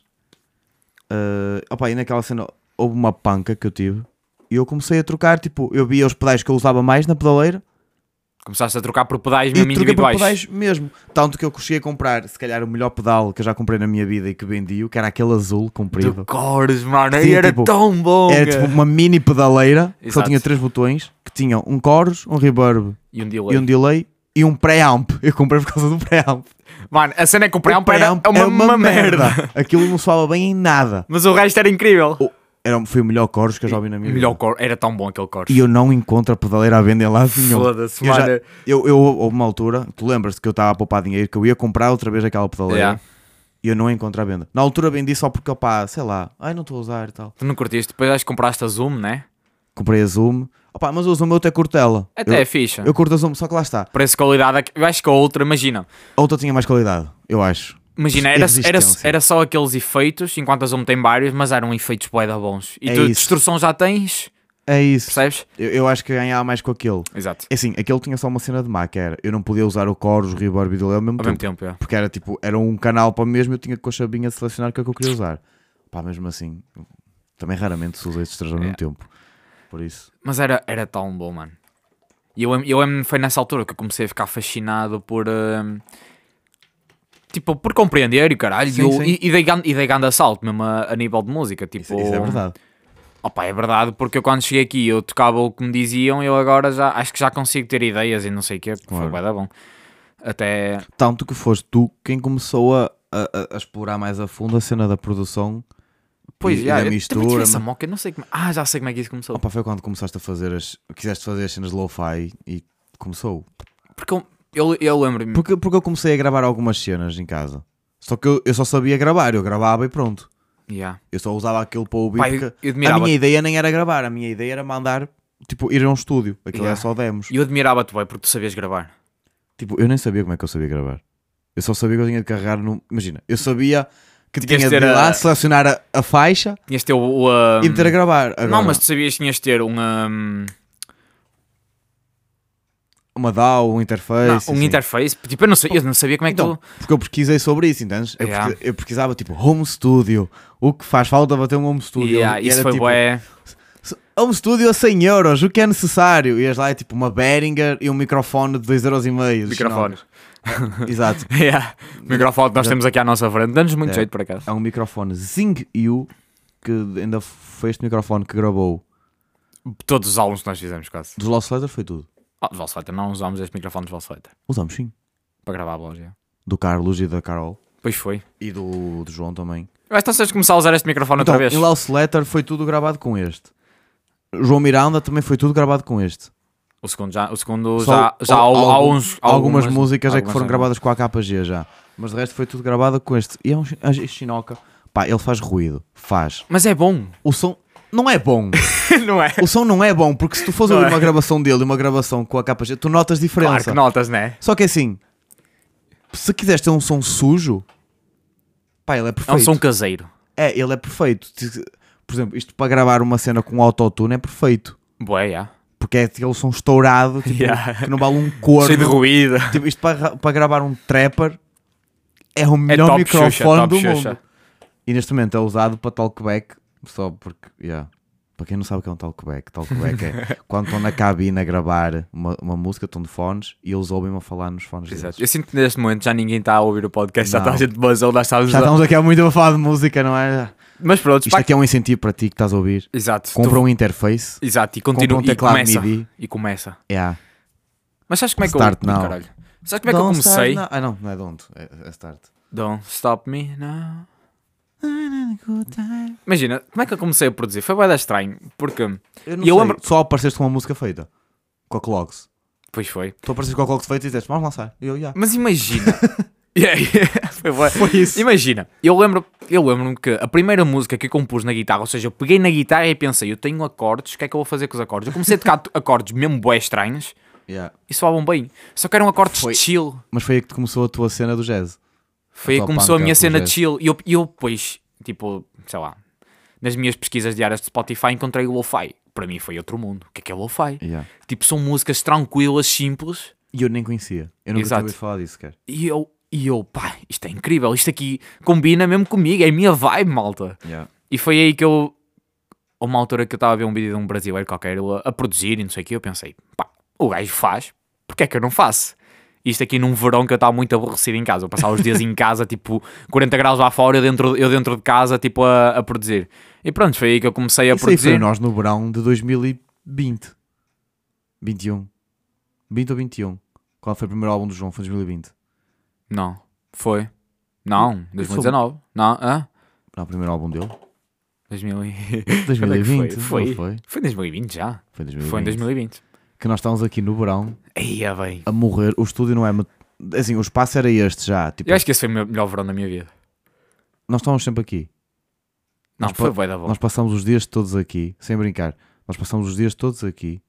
uh, opa, e naquela cena houve uma panca que eu tive e eu comecei a trocar, tipo, eu via os pedais que eu usava mais na pedaleira Começaste a trocar por pedais e mesmo troquei por individuais. pedais mesmo. Tanto que eu cheguei a comprar, se calhar, o melhor pedal que eu já comprei na minha vida e que vendi, que era aquele azul De comprido. cores, mano. Sim, E era tipo, tão bom. Era tipo uma mini pedaleira que só Exato. tinha três botões, que tinha um chorus, um reverb E um delay. e um delay e um preamp. Eu comprei por causa do preamp. Mano, a cena é que o preamp O era preamp é uma, é uma merda. Aquilo não soava bem em nada. Mas o resto era incrível. O- Era, foi o melhor chorus que eu já ouvi na minha Melhor vida. cor. Era tão bom aquele cor. E eu não encontro a pedaleira à venda em lado nenhum. Foda-se, Eu, já, mano. eu, eu houve uma altura, tu lembras-te que eu estava a poupar dinheiro, que eu ia comprar outra vez aquela pedaleira Yeah. e eu não encontro a venda. Na altura vendi só porque, opá, sei lá, ai não estou a usar e tal. Tu não curtiste? Depois acho que compraste a Zoom, né? Comprei a Zoom, opá, mas o Zoom eu até curto ela. Até eu, é fixe. eu curto a Zoom, só que lá está. Preço e qualidade. Eu acho que a outra, imagina. A outra tinha mais qualidade, eu acho. Imagina, E era, era, resistência. era só aqueles efeitos, enquanto a Zoom tem vários, mas eram efeitos bué da bons. E É tu, isso. destrução já tens, É isso. percebes? Eu, eu acho que ganhava mais com aquele. Exato. É assim, aquele tinha só uma cena de má, que era, eu não podia usar o chorus, o reverb e o delay ao mesmo Ao tempo. mesmo tempo, é. Porque era tipo, era um canal para o mesmo, eu tinha que com a chavinha selecionar o que é que eu queria usar. Pá, mesmo assim, também raramente se usa estes três ao mesmo Yeah. tempo. Por isso. Mas era, era tão bom, mano. E eu, eu, eu foi nessa altura que eu comecei a ficar fascinado por... hum, tipo, por compreender e caralho. Sim, e, eu- sim. e, e dei, gan- e dei ganda salto mesmo a, a nível de música. Tipo, Isso, isso é verdade. Opa, é verdade, porque eu quando cheguei aqui eu tocava o que me diziam, eu agora já acho que já consigo ter ideias e não sei o quê, porque foi Claro. bué da bom. Até... Tanto que foste tu quem começou a, a, a explorar mais a fundo a cena da produção. Pois, e, já, e da eu mistura. também tive essa mas- moca, eu não sei como... Ah, já sei como é que isso começou. Opa, foi quando começaste a fazer as. Quiseste fazer as cenas de lo-fi e começou. Porque eu, eu, eu lembro-me... Porque, porque eu comecei a gravar algumas cenas em casa. Só que eu, eu só sabia gravar, eu gravava e pronto. Yeah. Eu só usava aquilo para ouvir. Pá, eu- porque eu a admirava- minha ideia nem era gravar, a minha ideia era mandar, tipo, ir a um estúdio. Aquilo Yeah. é só demos. E eu admirava-te bem porque tu sabias gravar. Tipo, eu nem sabia como é que eu sabia gravar. Eu só sabia que eu tinha de carregar no. Imagina, eu sabia que Tinhas tinha de de ter ir lá, a- selecionar a, a faixa Tinhas de ter o... o, um, e meter a gravar. Agora, Não, mas tu sabias que tinhas de ter um... um, uma D A W, um interface. não, um assim. interface. Tipo, eu não, sei, eu não sabia como é que Então, tu... porque eu pesquisei sobre isso, entendes? Eu, Yeah. pesquisa- eu pesquisava tipo home studio. O que faz falta para ter um home studio? Yeah, E isso era, foi tipo, bué... home studio a cem euros, o que é necessário? E as lá é tipo uma Behringer e um microfone de dois euros e meio. Microfones. Exato. Yeah. O microfone que nós temos aqui à nossa frente. Dá-nos muito É. jeito, por acaso. É um microfone Zing U, que ainda foi este microfone que gravou Todos os álbuns que nós fizemos, quase. dos Lost Letters, foi tudo. Ah, dos Volkswagen, não usámos este microfone dos Volkswagen Usamos sim. para gravar a voz, já. Do Carlos e da Carol. Pois foi. E do, do João também. Eu acho que tens de começar a usar este microfone Então, outra vez. em Lost Letter foi tudo gravado com este. O João Miranda também foi tudo gravado com este. O segundo já, o segundo Só já, já há, al- há algum- uns... algumas, músicas é que algumas foram já. gravadas com a K P G já. Mas de resto foi tudo gravado com este. E é um chi- este Shinoka. Pá, ele faz ruído. Faz. Mas é bom. O som não é bom. Não é? O som não é bom, porque se tu fores Não ouvir é. uma gravação dele e uma gravação com a K P G, tu notas diferença. Claro que notas, né? Só que assim, se quiseres ter um som sujo, pá, ele é É um perfeito. som caseiro. É, ele é perfeito. Por exemplo, isto para gravar uma cena com autotune é perfeito. Bué, já. Porque é aquele som estourado, tipo, Yeah. que não vale um corno. Cheio de ruído. Tipo, isto para, para gravar um trapper é o É melhor top microfone Xuxa, top do Xuxa. mundo. E neste momento é usado para talkback, só porque, yeah, Para quem não sabe o que é um talkback, talkback é quando estão na cabine a gravar uma, uma música, estão de fones e eles ouvem-me a falar nos fones Exato. deles. Eu sinto que neste momento já ninguém está a ouvir o podcast, já Não. está a gente basou, nós estávamos Já a... estamos aqui há muito a falar de música, não é? Mas pronto, Isto aqui é um incentivo para ti que estás a ouvir. Exato. Compra Tu- um interface. Exato, e continua compra um e teclado começa. M I D I. E começa. Yeah. Mas sabes como é que Start eu... now. Caralho. Sabes como é que eu Don't start comecei? now. Ah não, não é don't, é, é start. Don't stop me now. Imagina, como é que eu comecei a produzir? Foi bem estranho, porque... Eu não E eu sei, lembro- só apareceste com uma música feita. Com a Clogs. Pois foi. Tu apareceste com a Clogs feita e disseste, vamos lançar. E eu, já. Mas imagina... Yeah, yeah. Foi, bué. Foi isso. Imagina, eu lembro, eu lembro-me que a primeira música que eu compus na guitarra, ou seja, eu peguei na guitarra e pensei, eu tenho acordes, o que é que eu vou fazer com os acordes? Eu comecei a tocar acordes mesmo bué estranhos Yeah. e soavam bem. Só que eram acordes Foi- chill. Mas foi aí que começou a tua cena do jazz. Foi aí tua que começou a panca minha com cena jazz. de chill. E eu, e eu depois, tipo, sei lá, nas minhas pesquisas diárias de Spotify encontrei o lo-fi. Para mim foi outro mundo. O que é que é lo-fi? Yeah. Tipo, são músicas tranquilas, simples. E eu nem conhecia. Eu nunca Exato. tinha ouvido falar disso, cara. E eu, e eu, pá, isto é incrível. Isto aqui combina mesmo comigo. É a minha vibe, malta. Yeah. E foi aí que eu, a uma altura que eu estava a ver um vídeo de um brasileiro qualquer a, a produzir e não sei o que, eu pensei, pá, o gajo faz, porque é que eu não faço? Isto aqui num verão que eu estava muito aborrecido em casa. Eu passava os dias em casa, tipo, quarenta graus lá fora, eu dentro, eu dentro de casa, tipo, a, a produzir. E pronto, foi aí que eu comecei a Isso aí foi produzir. nós no verão de dois mil e vinte. vinte e um. vinte ou vinte e um. Qual foi o primeiro álbum do João? Foi dois mil e vinte. Não, foi. Não, dois mil e dezanove. Não, hã? Não, o primeiro álbum dele. dois mil e... dois mil Quando é e que vinte. foi? Foi. Não foi? Foi em dois mil e vinte já. Foi dois mil e vinte. Foi em dois mil e vinte. Que nós estávamos aqui no verão Eia, bem. a morrer. O estúdio não é... met- Assim, o espaço era este já. Tipo, Eu acho que esse foi o meu melhor verão da minha vida. nós estávamos sempre aqui. Não, Nós foi pa- bué da bom. Nós passamos os dias todos aqui. Sem brincar. Nós passamos os dias todos aqui.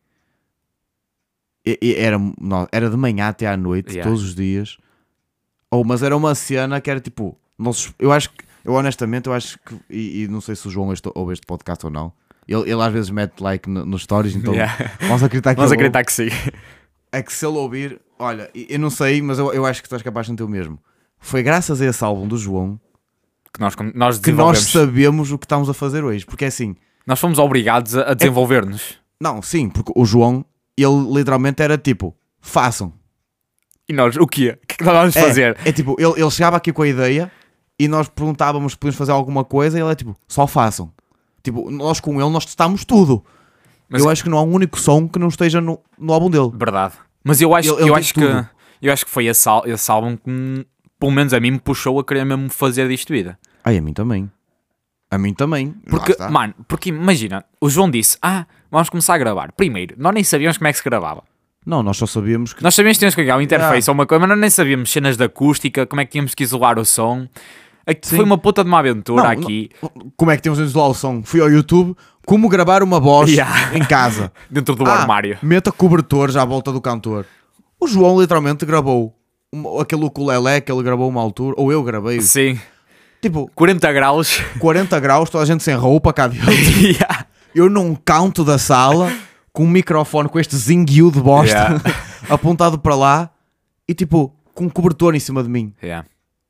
E, e era, não, era de manhã até à noite, Yeah. todos os dias. Ou, mas era uma cena que era tipo... Nós, eu acho que... Eu honestamente, eu acho que... E, e não sei se o João este, ouve este podcast ou não. Ele, ele às vezes mete like no- nos stories, então Yeah. vamos acreditar que Vamos ele ouve. acreditar que sim. É que se ele ouvir... Olha, eu não sei, mas eu, eu acho que tu és capaz de ter o mesmo. Foi graças a esse álbum do João Que nós, nós que nós desenvolvemos. sabemos o que estamos a fazer hoje. Porque é assim... Nós fomos obrigados a, a desenvolver-nos. Não, sim, porque o João, ele literalmente era tipo... Façam. E nós, o quê? O que é que nós vamos É, fazer? é tipo, ele, ele chegava aqui com a ideia e nós perguntávamos se podíamos fazer alguma coisa e ele é tipo, só façam. Tipo, nós com ele, nós testámos tudo. Mas- eu acho que não há um único som que não esteja no, no álbum dele. Verdade. Mas eu acho, Ele- ele eu tem acho que tudo. eu acho que foi esse, ál- esse álbum que, me- pelo menos a mim, me puxou a querer mesmo fazer disto vida. Ai, a mim também. A mim também. Lá Porque, está. mano, porque imagina, o João disse, ah, vamos começar a gravar. Primeiro, nós nem sabíamos como é que se gravava. Não, nós só sabíamos que... Nós sabíamos que tínhamos que ligar o interface Yeah. ou uma coisa, mas nós nem sabíamos cenas de acústica, como é que tínhamos que isolar o som. Aqui Sim. foi uma puta de uma aventura Não, aqui, Como é que temos de isolar o som? Fui ao YouTube, como gravar uma voz Yeah. em casa. dentro do Ah, armário. Meta cobertores à volta do cantor. O João literalmente gravou um- aquele ukulele que ele gravou uma altura, ou eu gravei. Sim, Tipo, quarenta graus. quarenta graus, toda a gente sem roupa cá dentro. Yeah. Eu num canto da sala, com um microfone, com este zinguio de bosta, Yeah. apontado para lá, e tipo, com um cobertor em cima de mim. Yeah.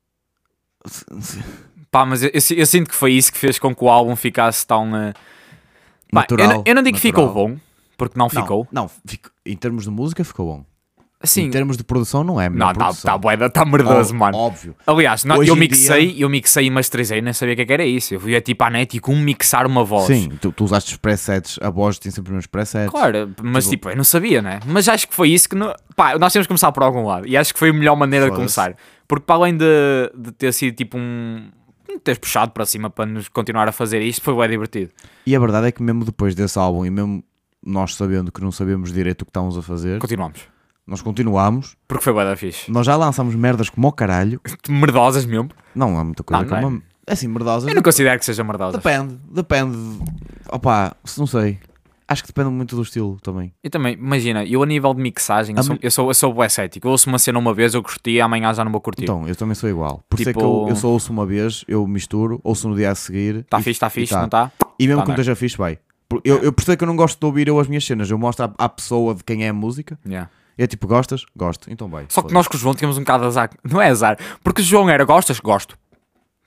Pá, mas eu, eu, eu sinto que foi isso que fez com que o álbum ficasse tão... uh, Pá, Natural. eu, não- eu não digo que ficou natural. bom, porque não ficou. Não, não fico- em termos de música ficou bom. Assim, Em termos de produção não é a melhor não, tá, produção. tá bué, tá merdoso, Ó- mano. Óbvio. Aliás, não, Hoje eu em mixei, dia- eu mixei e masterizei, nem sabia o que, é que era isso. Eu fui tipo à net e como mixar uma voz. Sim, tu, tu usaste os presets, a voz tem sempre uns presets. Claro, mas Tipo- tipo, eu não sabia, né? Mas acho que foi isso que... No... Pá, nós temos que começar por algum lado. E acho que foi a melhor maneira de Foda-se. começar. Porque para além de, de ter sido tipo um... teres puxado para cima para nos continuar a fazer isto, foi bem divertido. E a verdade é que mesmo depois desse álbum, e mesmo nós sabendo que não sabemos direito o que estávamos a fazer, Continuamos. nós continuámos, Porque foi bem da fixe. nós já lançámos merdas como o caralho. Merdosas mesmo. Não há muita coisa Não, não como... uma- É assim, merdosas... Eu não considero que sejam merdosas. Depende, depende. Opa, não sei. Acho que depende muito do estilo também. E também, imagina, eu a nível de mixagem, eu A sou, mi- eu sou, eu sou bué cético. Eu ouço uma cena uma vez, eu curti, amanhã já não vou curtir. Então, eu também sou igual. Por isso é que Tipo- eu, eu só ouço uma vez, eu misturo, ouço no dia a seguir. Está e- fixe, está e fixe, tá. não está? E mesmo Tá, que não não é? esteja fixe, vai. Por- Eu, eu percebo que eu não gosto de ouvir eu as minhas cenas. Eu mostro à, à pessoa de quem é a música. Yeah. E é tipo, gostas? Gosto. Então vai. Só que nós com o João tínhamos um bocado de azar. Não é azar. Porque o João era, gostas? Gosto.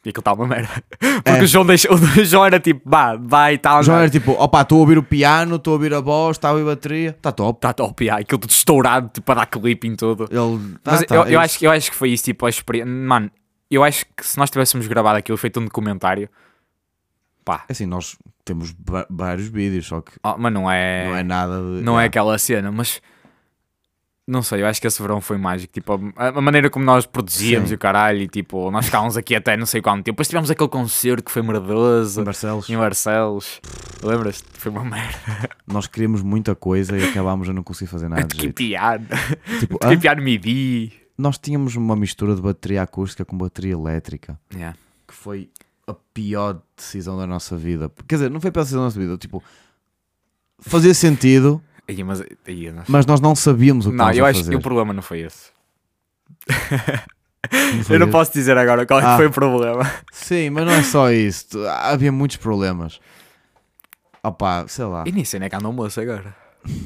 E aquilo está uma merda. Porque é. o, João deixa, o João era tipo, vá, vai e tal. O João era tipo, opa, estou a ouvir o piano, estou a ouvir a voz, está a ouvir a bateria, está top. Está top, yeah. Aquilo tudo estourado, tipo, para dar clipe em tudo. Ele, tá, Mas tá, eu, é eu, acho, eu acho que foi isso, tipo, a experiência. Mano, eu acho que se nós tivéssemos gravado aquilo, feito um documentário, pá. Assim, nós temos vários vídeos, só que... Oh, mas não é... Não é nada de... Não é aquela cena, mas... Não sei, eu acho que esse verão foi mágico. Tipo, a, a maneira como nós produzíamos Sim. e o caralho, e tipo, nós ficávamos aqui até não sei quanto tempo. Depois tivemos aquele concerto que foi maravilhoso. Em Barcelos. Em Barcelos. Lembras-te? Foi uma merda. Nós queríamos muita coisa e acabámos a não conseguir fazer nada. De clipear. Tipo, de clipear MIDI. Nós tínhamos uma mistura de bateria acústica com bateria elétrica. Yeah. Que foi a pior decisão da nossa vida. Quer dizer, não foi a pior decisão da nossa vida. Tipo, fazia sentido... Aí, mas, aí, nós... mas nós não sabíamos o que não, nós eu a acho fazer. que o problema não foi esse. Não foi eu não esse? posso dizer agora qual é ah. que foi o problema. Sim, mas não é só isso. Havia muitos problemas. Opa, sei lá. E nem sei nem é que anda o moço agora.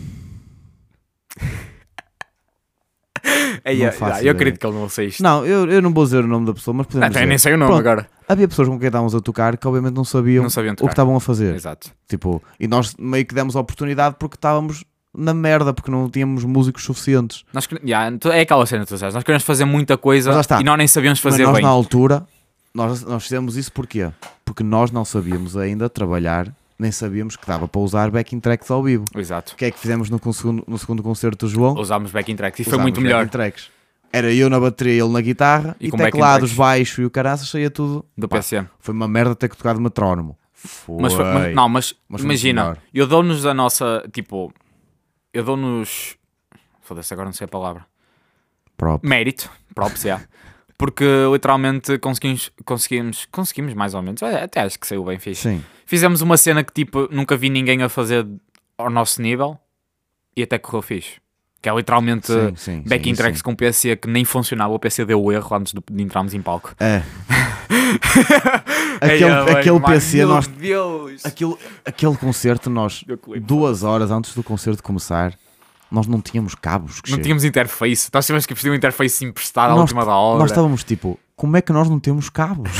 Aí, eu, eu ideia. acredito que ele não sei isto. Não, eu, eu não vou dizer o nome da pessoa, mas podemos Até dizer. nem sei o nome Pronto, agora. Havia pessoas com quem estávamos a tocar que obviamente não sabiam, Não sabiam o tocar. que estavam a fazer. Exato. Tipo, e nós meio que demos a oportunidade porque estávamos na merda, porque não tínhamos músicos suficientes. Nós, yeah, é aquela cena que tu sabes. Nós queremos fazer muita coisa e nós nem sabíamos fazer mas nós bem. na altura, nós, nós fizemos isso porquê? Porque nós não sabíamos ainda trabalhar, nem sabíamos que dava para usar backing tracks ao vivo. Exato. O que é que fizemos no segundo, no segundo concerto do João? Usámos backing tracks e foi Usámos muito melhor. Tracks. Era eu na bateria, ele na guitarra e, E com teclados, baixo e o caraças saía tudo Do Pá, P C. Foi uma merda ter que tocar de metrónomo. Foi. Mas, foi- mas- não, mas, Mas foi imagina, melhor. eu dou-nos a nossa, tipo, eu dou-nos, foda-se, agora não sei a palavra, Próprio. mérito, próprio, yeah. Porque literalmente conseguimos, conseguimos, conseguimos mais ou menos, até acho que saiu bem fixe. Sim. Fizemos uma cena que tipo, nunca vi ninguém a fazer ao nosso nível e até correu fixe. Que é literalmente Sim, sim, backing sim, tracks sim. com P C que nem funcionava, o P C deu erro antes de, de entrarmos em palco. É. aquele Ei, bem, aquele mano, P C, meu nós, Deus. aquele, aquele concerto, nós, duas horas antes do concerto começar, nós não tínhamos cabos. Que Não chega. tínhamos interface, nós tivemos que pedir um interface emprestado à Nós- última da hora. Nós estávamos tipo, como é que nós não temos cabos?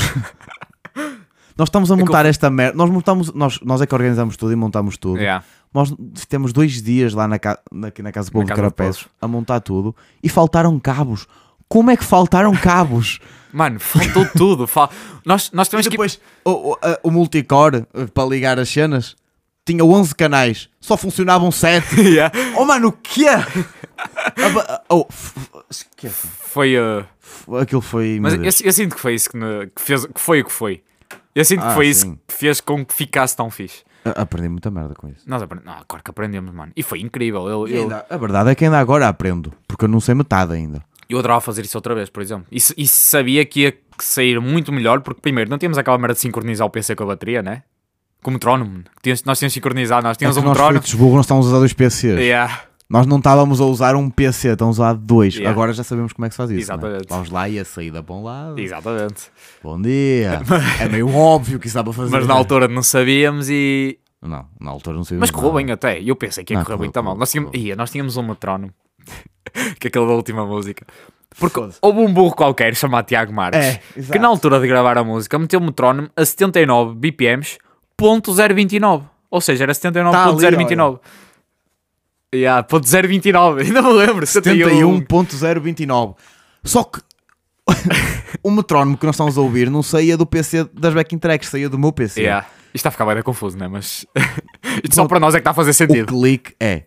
Nós estamos a montar esta merda. Nós, montamos, nós, nós é que organizamos tudo e montamos tudo. Yeah. Nós temos dois dias lá na, ca... na, na Casa do Povo de Casa do Carapés a montar tudo e faltaram cabos. Como é que faltaram cabos? Mano, faltou tudo. Fal... Nós, nós E temos que... depois o, o, a- o multicore eh, para ligar as cenas tinha onze canais, só funcionavam sete. Yeah. Oh mano, o quê? Ah, ba- oh, f- f- esquece. Foi... Uh... Aquilo foi. Mas meu eu, Deus. eu sinto que foi isso que, ne- que fez... Que foi o que foi. Eu sinto Ah, que foi isso sim. que fez com que ficasse tão fixe. A- Aprendi muita merda com isso. Nós aprendemos... Não, claro que aprendemos, mano. E foi incrível. Eu, E eu, ainda- a verdade é que ainda agora aprendo, porque eu não sei metade ainda. eu adorava fazer isso outra vez, por exemplo. E, se- e sabia que ia sair muito melhor, porque primeiro não tínhamos aquela merda de sincronizar o P C com a bateria, né? Com o metrónomo. Tínhamos- Nós tínhamos sincronizado, nós tínhamos é que um nós metrónomo. feitos burros, nós estávamos a usar dois P Cs. Yeah. Nós não estávamos a usar um P C, estamos a usar dois. Yeah. Agora já sabemos como é que se faz isso. Exatamente. Né? Vamos lá e a saída para um lado. Exatamente. Bom dia. É meio óbvio que isso dá para fazer. Mas na altura não sabíamos e... Não, na altura não sabíamos. Mas correu nada. bem até. Eu pensei que ia Não, correr bem correu, tão mal. correu, Nós tínhamos, correu. ia, nós tínhamos um metrónomo. que é aquele da última música. Porque Foda-se. houve um burro qualquer chamado Tiago Marques. É, que exato. na altura de gravar a música meteu o metrónomo a setenta e nove B P Ms ponto zero vinte e nove. Ou seja, era setenta e nove ponto zero vinte e nove. Yeah, ponto zero vinte e nove. Ainda me lembro. setenta e um ponto zero vinte e nove. Só que o metrónomo que nós estamos a ouvir não saía do P C das backing tracks, saía do meu P C. Yeah. Isto está a ficar bem confuso, não é? Mas isto só para nós é que está a fazer O sentido. clique é,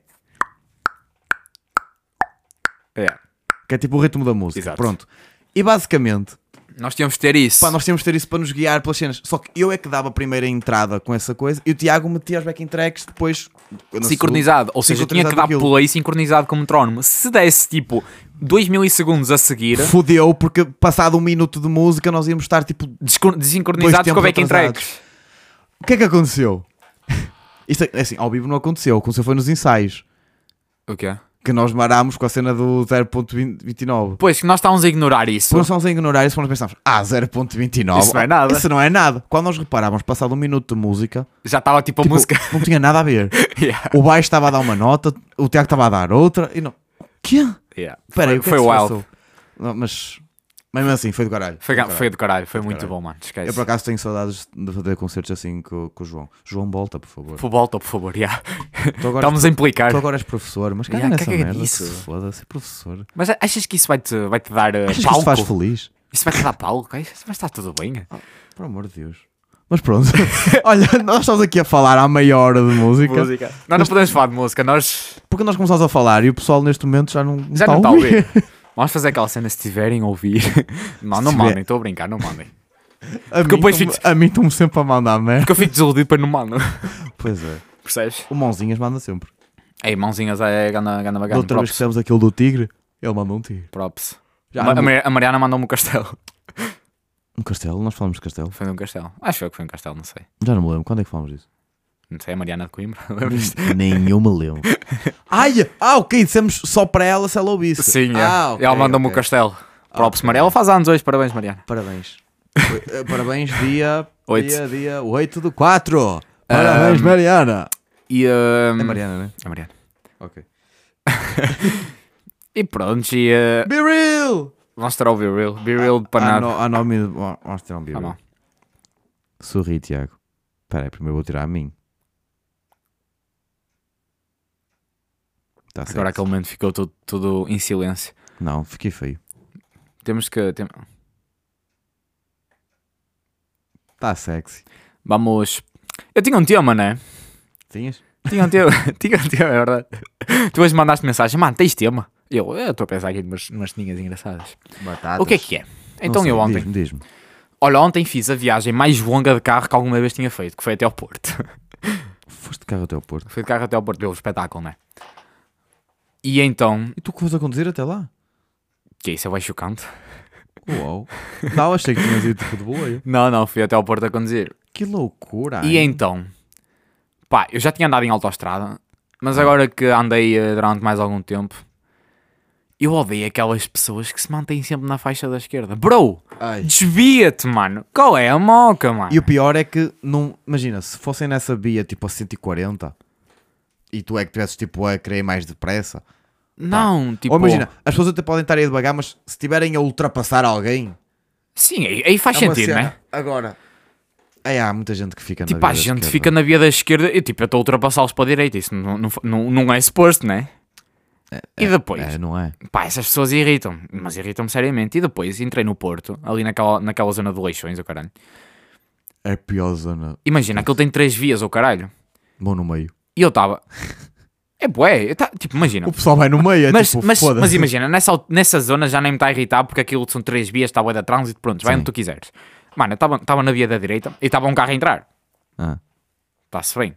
Yeah. que é tipo o ritmo da música. Exato. Pronto. E basicamente, Nós tínhamos de ter isso. pá, nós tínhamos de ter isso para nos guiar pelas cenas. Só que eu é que dava a primeira entrada com essa coisa e o Tiago metia as backing tracks depois na Sincronizado, ou seja, tinha que sincronizado dar aquilo. play sincronizado com o metrónomo. Se desse tipo dois milissegundos a seguir, segunda. Fudeu, porque passado um minuto de música nós íamos estar tipo. desco- Dois desincronizados com a tempos backing atrasados. tracks. O que é que aconteceu? Isto é assim, ao vivo não aconteceu, aconteceu foi nos ensaios. O quê? Que nós marámos com a cena do zero ponto vinte e nove. Pois, que nós estávamos a ignorar isso. Depois nós estamos a ignorar isso, nós pensamos, ah, zero ponto vinte e nove. Isso não é nada. Isso não é nada. Quando nós reparávamos, passado um minuto de música, Já estava tipo a tipo, música. não tinha nada a ver. Yeah. O baixo estava a dar uma nota, o Tiago estava a dar outra, e não. O quê? Yeah. Espera aí, Foi, o que foi é que se wild. passou? Não, mas Mas mesmo assim, foi do caralho. Foi, do caralho. foi do caralho, foi do muito caralho. bom, mano. Esquece. Eu por acaso tenho saudades de fazer concertos assim com, com o João. João, volta, por favor. Volta, por favor, já. Tu agora, Estamos a implicar. tu agora és professor, mas cara Ya, nessa caga merda. nisso. Se foda-se, é professor. Mas achas que isso vai-te vai -te dar uh, Achas que palco? isso faz feliz? Isso vai-te dar palco? Isso vai estar tudo bem. Por amor de Deus. Mas pronto. Olha, nós estamos aqui a falar há meia hora de música. Música. Nós não podemos falar de música, nós Porque nós começamos a falar e o pessoal neste momento já não já está não está a a ouvir. ouvir. Vamos fazer aquela cena se tiverem a ouvir. Não, não Se tiver- mandem, estou a brincar, não mandem. A mim depois estão- fico- a mim estão-me sempre a mandar merda. Porque eu fico desiludido para não mando. Pois é. Percebes? O Mãozinhas manda sempre. Ei, mãozinhas é gana, gana Da bacana. outra vez que Props. fizemos aquele do tigre, ele mandou um tigre. Props. Já Ma- não- a, Mar- a Mariana mandou-me um castelo. Um castelo? Nós falamos de castelo? Foi num castelo. Acho eu que foi um castelo, não sei. Já não me lembro. Quando é que falamos disso? Não sei, a Mariana de Coimbra. Lembras-te? Nem eu me lembro. Ai, ah, ok, dissemos só para ela se ela ouvisse. Sim, é. ah, ok, Ela mandou-me ok. o castelo. Props, Ok. Mariana. Ela faz anos hoje, parabéns, Mariana. Parabéns. Eh, Parabéns, dia... Oito. Dia, dia oito do quatro. Parabéns, Um, Mariana. E, um, É Mariana, né? É Mariana. Ok. E pronto, e uh, Be real! vamos ter o Be Real. Be Real para Ah, nada. no, ah, nome... Vamos ter um be Ah, real. não. Sorri, Tiago. Espera aí, primeiro vou tirar a mim. Tá certo. Agora aquele momento ficou tudo, tudo em silêncio. Não, fiquei feio. Temos que. Tem... Tá sexy. Vamos. Eu tinha um tema, né? Tinhas? Tinha um tema, tinha um tema, é verdade. Tu hoje mandaste mensagem, mano, tens tema? E Eu eu estou a pensar aqui numas, numas tinhas engraçadas. Batatas. O que é que é? Então Não sei, eu ontem. Diz-me, diz-me. Olha, ontem fiz a viagem mais longa de carro que alguma vez tinha feito, que foi até ao Porto. Foste de carro até ao Porto. Fui de carro até ao Porto, pelo espetáculo, né? E então. E tu que foste a conduzir até lá? Que é isso? É baixo chocante? Uau. Não, achei que tinhas ido tipo de boleia. Não, não, fui até ao Porto a conduzir. Que loucura. E hein? então. Pá, eu já tinha andado em autoestrada, mas agora que andei eh, durante mais algum tempo, eu odeio aquelas pessoas que se mantêm sempre na faixa da esquerda. Bro, Ai. desvia-te, mano. Qual é a moca, mano? E o pior é que, não, imagina, se fossem nessa via tipo a cento e quarenta e tu é que tivesses tipo a querer ir mais depressa. Não, tipo... Ou imagina, as pessoas até podem estar aí devagar, mas se estiverem a ultrapassar alguém. Sim, aí, aí faz é uma sentido, cena. né? Agora. Aí há muita gente que fica Tipo, na a via da gente esquerda. fica na via da esquerda e tipo, eu estou a ultrapassá-los para a direita. Isso não, não, não, não é suposto, né? E depois, É, não é? pá, essas pessoas irritam, mas irritam-me seriamente. E depois entrei no Porto, ali naquela, naquela zona de Leixões, o caralho. É a pior zona. Imagina, aquilo tem três vias, o caralho. Bom no meio. E eu estava. É bué, eu tá, tipo, imagina. O pessoal vai no meio, é Mas, tipo, mas, foda-se. mas imagina, nessa, nessa zona já nem me está a irritar porque aquilo são três vias, está bué de trânsito, pronto, vai Sim. onde tu quiseres. Mano, eu estava na via da direita e estava um carro a entrar. Ah. Está-se bem.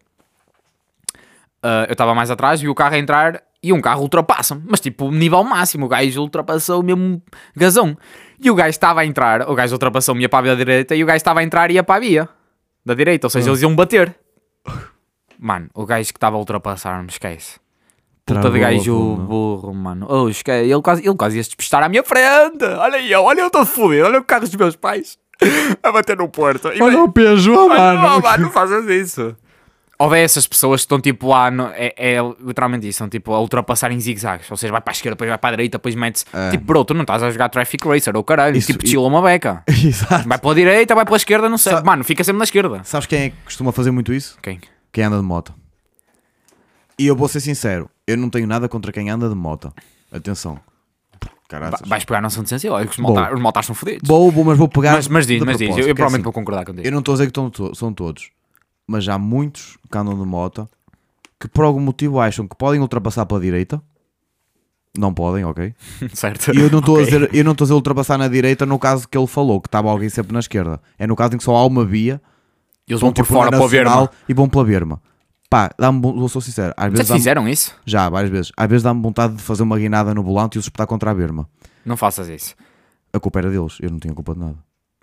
Ah, eu estava mais atrás, vi o carro a entrar e um carro ultrapassa-me. Mas tipo, nível máximo, o gajo ultrapassou mesmo gazão. E o gajo estava a entrar, o gajo ultrapassou-me e ia para a via da direita e o gajo estava a entrar e ia para a via da direita, ou seja, Ah. eles iam bater. Mano, o gajo que estava a ultrapassar-me, esquece. Puta de Travou a gajo fundo. burro, mano. Oh, esquece. Ele quase, ele quase ia se despistar à minha frente. Olha eu, olha eu todo fodido, olha o carro dos meus pais a bater no Porto. E Olha o Peugeot, Mano, mano. não, mano, não faças isso. Ou é essas pessoas que estão tipo lá, no, é, é literalmente isso, estão tipo a ultrapassar em zigzags. Ou seja, vai para a esquerda, depois vai para a direita, depois mete-se. É. Tipo, bro, tu não estás a jogar Traffic Racer ou caralho, Isso- tipo, chila uma beca. Exato. Vai pela direita, vai pela esquerda, não sei. Sa- Mano, fica sempre na esquerda. Sabes quem é que costuma fazer muito isso? Quem? Quem anda de moto. E eu vou ser sincero, eu não tenho nada contra quem anda de moto. Atenção. Caraças. Va- Vais pegar na São Vicência, olha, os Bom. motar- os motares são fodidos. Vou, vou, mas vou pegar. Mas, mas diz, de mas diz, eu, propósito, eu porque é provavelmente assim, vou concordar contigo. Eu não estou a dizer que estão to- são todos, mas há muitos que andam de moto que por algum motivo acham que podem ultrapassar pela direita. Não podem, ok? Certo. E eu não estou Ok. a dizer, eu não estou a dizer ultrapassar na direita no caso que ele falou, que estava alguém sempre na esquerda. É no caso em que só há uma via, Eles vão por tipo, fora na para o nacional Verma. e vão pela berma. Pá, dá-me, bom- vou ser sincero, às Já vezes te dá-me- fizeram isso? já, várias vezes, às vezes dá-me vontade de fazer uma guinada no volante e os espetar contra a berma. Não faças isso. A culpa era deles, eu não tinha culpa de nada.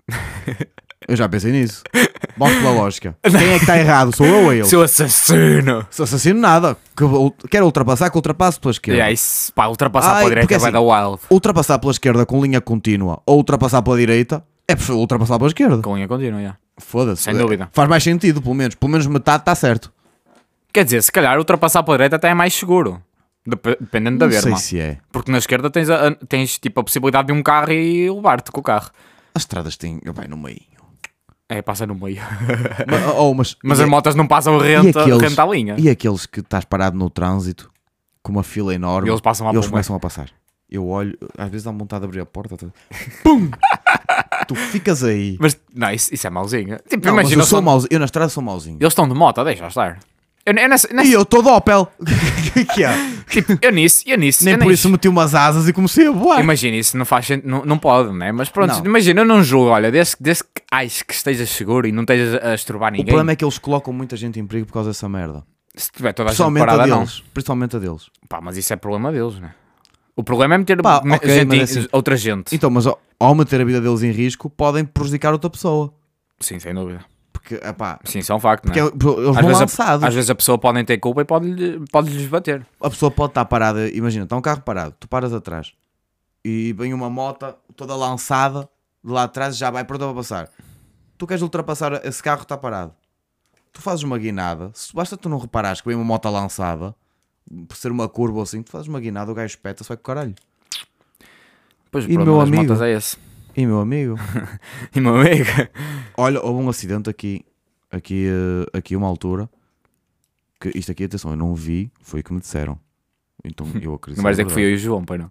Eu já pensei nisso. Vamos pela lógica. Quem é que está errado? Sou eu ou eles? Seu assassino! Se assassino nada. Que, ul- quero ultrapassar, que ultrapasse pela esquerda. E é isso, pá, ultrapassar Ai, para a direita porque vai assim- dar wild. Ultrapassar pela esquerda com linha contínua ou ultrapassar pela direita, é preferível ultrapassar pela esquerda. Com linha contínua, já. Foda-se. Sem dúvida. Faz mais sentido, pelo menos. Pelo menos metade está certo. Quer dizer, se calhar ultrapassar pela direita até é mais seguro. Dep- Dependendo da Não sei berma. se é. Porque na esquerda tens, a, a- tens tipo a possibilidade de um carro e levar-te com o carro. As estradas têm. Vai no meio. É, passa no meio. Mas, oh, mas, Mas e, as motas não passam e renta, aqueles- renta a linha. e aqueles que estás parado no trânsito com uma fila enorme E eles passam lá e eles pelo começam a passar. Eu olho, às vezes dá vontade de abrir a porta. Tá? Pum! Tu ficas aí. Mas não, isso, isso é mauzinho. Tipo, Não, mas imagina, eu, sou são- mauzinho. Eu na estrada sou mauzinho. eles estão de moto, deixa estar. Eu, eu, nessa, nessa- E eu estou de Opel. que que é? tipo, eu nisso, eu nisso. Nem eu por nisso. isso meti umas asas e comecei a voar. Imagina, isso não faz sentido, não, não pode, né? Mas pronto, Não. imagina, eu não julgo, olha, desde, desde que acho que estejas seguro e não estejas a estrobar O ninguém, problema é que eles colocam muita gente em perigo por causa dessa merda. se tiver toda a gente Principalmente a parada, não. deles. Principalmente a deles. Pá, mas isso é problema deles, né? O problema é meter Pá, me- ok, gente mas em- assim- outra gente. Então, mas ao- ao meter a vida deles em risco, podem prejudicar outra pessoa. Sim, sem dúvida. Porque, epá, Sim, isso é um facto, porque né? eles vão Às vezes, lançados. a, às vezes a pessoa pode ter culpa e pode-lhe- pode-lhes bater. A pessoa pode estar parada, imagina, está um carro parado, tu paras atrás e vem uma moto toda lançada de lá atrás e já vai pronto para passar. Tu queres ultrapassar, esse carro está parado. Tu fazes uma guinada, se basta tu não reparares que vem uma moto lançada, por ser uma curva ou assim, tu fazes uma guinada, o gajo espeta-se, vai com o caralho. Pois o E problema meu das amigo? motas é esse. E meu amigo, E meu amigo? olha, houve um acidente aqui, aqui, eh, aqui uma altura, que isto aqui, atenção, eu não vi, foi o que me disseram. Então eu acredito. Não vais dizer que fui eu e o João, pai não.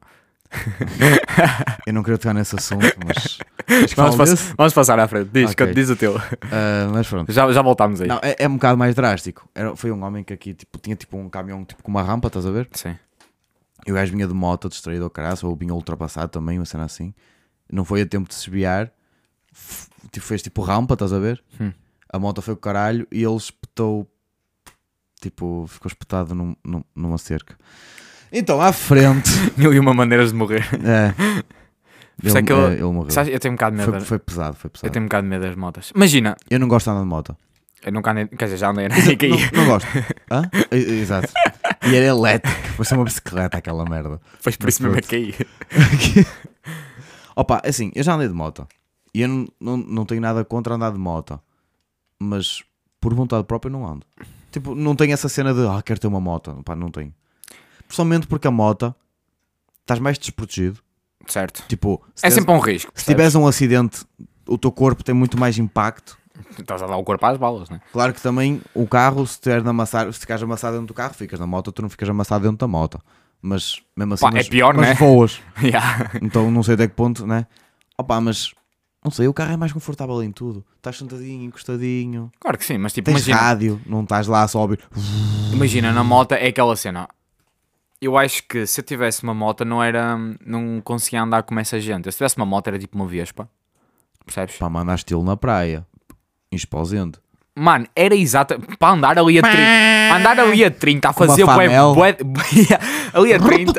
Eu não queria tocar nesse assunto, mas. Acho que Vamos, falo pass- desse. vamos passar à frente. Diz, Ok. diz o teu. Ah, mas pronto. Já, já voltámos aí. Não, é, é um bocado mais drástico. Era, foi um homem que aqui tipo, tinha tipo um caminhão tipo, com uma rampa, estás a ver? Sim. E o gajo vinha de moto distraído ao caraço, ou vinha ultrapassado também, uma cena assim. Não foi a tempo de se desviar. F- Tipo, fez tipo rampa, estás a ver? Hum. A moto foi com o caralho e ele espetou. Tipo, ficou espetado num, num- numa cerca. Então, à frente. Mil e uma maneiras de morrer. é, Por isso ele, é que eu- é, ele morreu. Sabes, eu tenho um bocado de medo. Foi, foi pesado, foi Eu pesado. tenho um bocado de medo das motas. Imagina, Eu não gosto de andar de moto. eu nunca andei, quer dizer, já andei, né? E caí. Não, não gosto. Hã? E- Exato. E era elétrico. Foi ser uma bicicleta aquela merda. Foi por Mas isso mesmo pronto. que caí. Opa, assim, eu já andei de moto. E eu não, não, não tenho nada contra andar de moto. Mas por vontade própria eu não ando. Tipo, não tenho essa cena de, ah, quero ter uma moto. Pá, não tenho. Principalmente porque a moto, estás mais desprotegido. Certo. Tipo, se É tens- sempre um risco. se tiveres um acidente, o teu corpo tem muito mais impacto. Estás a dar o corpo às balas, né? Claro que também o carro, se tiveres amassar, se ficares amassado dentro do carro, ficas na moto, tu não ficas amassado dentro da moto. Mas mesmo assim, Pá, é mas, pior, mas né? voas. Yeah. Então não sei até que ponto, né? Opa, mas não sei, o carro é mais confortável em tudo. Estás sentadinho, encostadinho, Claro que sim, mas tipo, tens imagina, rádio, não estás lá só a ouvir. imagina, na moto é aquela cena. Eu acho que se eu tivesse uma moto não era, não conseguia andar como essa gente. Se tivesse uma moto era tipo uma Vespa, percebes? Pá, mandar estilo na praia, esposendo. Mano, era exata para andar ali a trinta, andar ali a trinta a fazer uma bué, Famel. bué, ali a trinta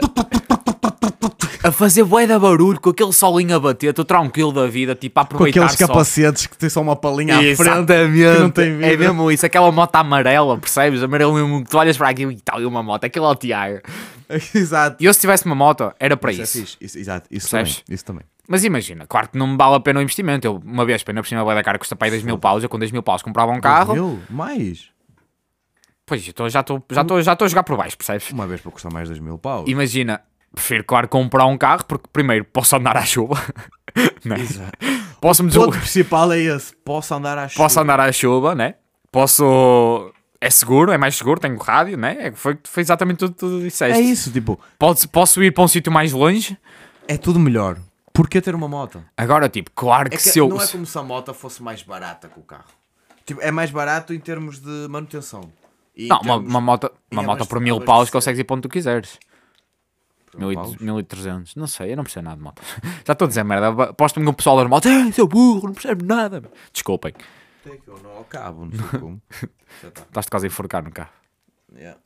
a fazer bué da barulho com aquele solinho a bater, estou tranquilo da vida, tipo a Com aproveitar aqueles só. capacetes que têm só uma palinha à frente. Exatamente, que não tem vida. é mesmo isso, aquela moto amarela, percebes? Amarelo mesmo, que tu olhas para aquilo e tal, e uma moto, aquele ao Tiago. Exato. E eu se tivesse uma moto, era para Isso é isso. fixe. Isso, exato, isso Percebes? também. Isso também. Mas imagina, claro que não me vale a pena o investimento. Eu, uma vez, pena por cima da cara, custa para aí dois mil paus. Eu com dois mil paus comprava um carro. Mil? Mais? Pois, eu tô- já estou já tô, já tô a jogar por baixo, percebes? Uma vez para custar mais dois mil paus. Imagina, prefiro, claro, comprar um carro, porque primeiro posso andar à chuva. Né? Posso-me O ponto deslocar. principal é esse. Posso andar à chuva. Posso andar à chuva, né? Posso. É seguro, é mais seguro, tenho rádio, né? É, Foi, foi exatamente tudo que tu disseste. É isso, tipo, Posso, posso ir para um sítio mais longe. é tudo melhor. Porquê ter uma moto? Agora, tipo, claro que, É que se eu. não é como se a moto fosse mais barata que o carro. Tipo, é mais barato em termos de manutenção. E em Não, uma, termos- uma moto, uma e moto abastece- por mil abastecer. paus consegues ir para onde tu quiseres. Mil paus? mil e trezentos, não sei, eu não percebo nada de moto. Já estou a dizer merda, aposto-me que o pessoal das motos, é, seu burro, não percebe nada. Desculpem, Até que eu não acabo, não sei como. Já tá. estás-te quase a enforcar no carro. Yeah.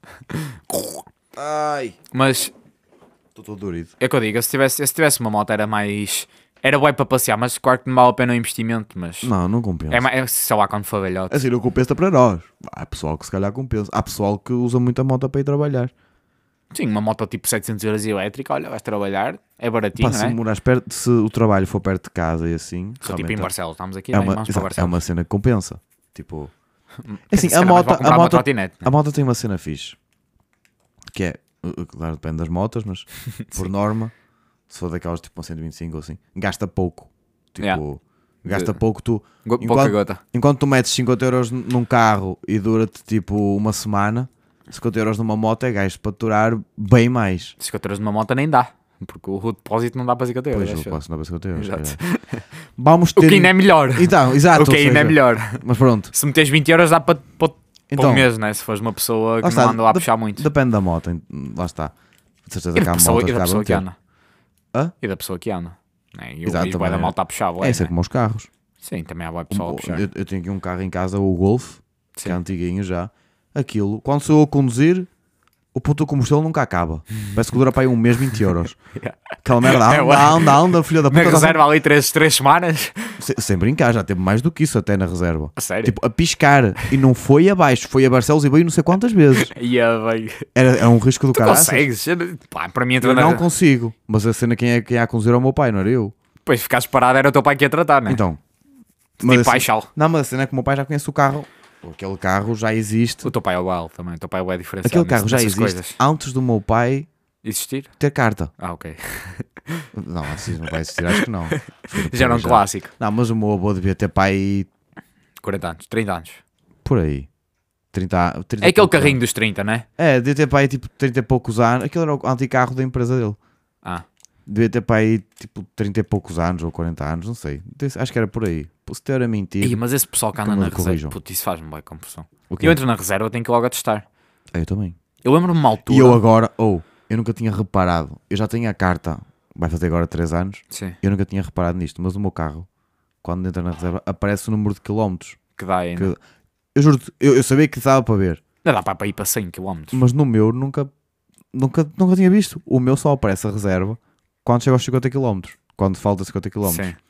Ai, Mas estou todo dorido. é o que eu digo, se tivesse, se tivesse uma moto era mais. Era bué para passear, mas claro que não vale a pena o investimento. Mas Não, não compensa. é, mais- é, sei lá, quando for velhote. Assim não compensa para nós. Há pessoal que se calhar compensa. Há pessoal que usa muita moto para ir trabalhar. Sim, uma moto tipo setecentos euros elétrica, olha, vais trabalhar, é baratinho, Pá, não se, é? morares perto, se o trabalho for perto de casa e assim, Sou tipo realmente em Barcelos, estamos aqui, é, bem, uma, vamos exato, para é Barcelos. uma cena que compensa. Tipo, Quer assim, dizer, se a calhar mais moto, vou a, comprar uma moto, trotinete, né? a moto tem uma cena fixe. Que é, Uh, Claro, depende das motas, mas por norma, se for daquelas tipo uma cento e vinte e cinco ou assim, gasta pouco. Tipo, Yeah. gasta De- pouco tu. Go- Pouca Enquanto, gota. enquanto tu metes cinquenta euros num carro e dura-te tipo uma semana, cinquenta euros numa moto é gasto para durar bem mais. cinquenta euros numa moto nem dá. Porque o depósito não dá para cinquenta euros. Pois, eu acho eu. posso não para cinquenta euros. se Exato. calhar. Vamos O ter. que ainda é melhor. Então, exato. O que ou ainda é seja, melhor. Mas pronto. Se meteres vinte euros dá para, para, para Então, um mês, né? Se fores uma pessoa que lá está, não anda lá a de- puxar muito. Depende da moto. em- Lá está. De certeza E que da há pessoa, motas e da que pessoa acabam que de anda. Hã? E da pessoa que anda. Né? E o Exato, risco vai da também é. malta a puxar. ter. Bué, É, isso é né? como os carros. Sim, também há bué pessoal a puxar. Eu, eu tenho aqui um carro em casa, o Golf, que Sim. é antiguinho já. Aquilo, quando sou eu a conduzir, o puto combustível nunca acaba. Parece que dura para aí um mês, vinte euros. Aquela merda, É, anda, ué. anda, anda, filha da Na puta. tá reserva ali três, três semanas. sempre, sem brincar, já teve mais do que isso até na reserva. A sério? Tipo, a piscar. E não foi abaixo, foi a Barcelos e veio não sei quantas vezes. Ia bem. Era, era um risco do Tu caralho. consegues? Pá, para mim entra Eu na... não consigo. Mas a cena quem é, quem é a conduzir é o meu pai, não era eu. Depois ficares parado era o teu pai que ia tratar, né? Então. Tipo a cena- Paixal. não, mas a cena é que o meu pai já conhece o carro. Aquele carro já existe. O teu pai é igual também. O teu pai é bué diferenciado. Aquele carro nessas- já nessas existe coisas. antes do meu pai Existir? ter carta. Ah, ok. Não, assim não vai existir, acho que não. Já era um clássico. Não, mas o meu avô devia ter pai quarenta anos, trinta anos. por aí. trinta, trinta É e aquele poucos carrinho anos. dos trinta, né? É, devia ter pai tipo trinta e poucos anos. Aquele era o anticarro da empresa dele. Ah, Devia ter pai tipo trinta e poucos anos ou quarenta anos, não sei. Desse- Acho que era por aí. Se ter a mentir. Ih, mas esse pessoal que anda Como na me corrijam. reserva, puto, isso faz-me bem confusão. O quê? Eu entro na reserva, tenho que ir logo a testar. É, eu também. Eu lembro-me uma altura. E eu agora, ou, eu nunca tinha reparado. Eu já tenho a carta, vai fazer agora três anos. Sim, Eu nunca tinha reparado nisto, mas o meu carro, quando entra na reserva, aparece o número de quilómetros. que dá ainda. Que- Eu juro, eu, eu sabia que dava para ver, Não dá para para ir para cem quilómetros. mas no meu nunca, nunca, nunca tinha visto. O meu só aparece a reserva quando chega aos cinquenta quilómetros, quando falta cinquenta quilómetros. Sim.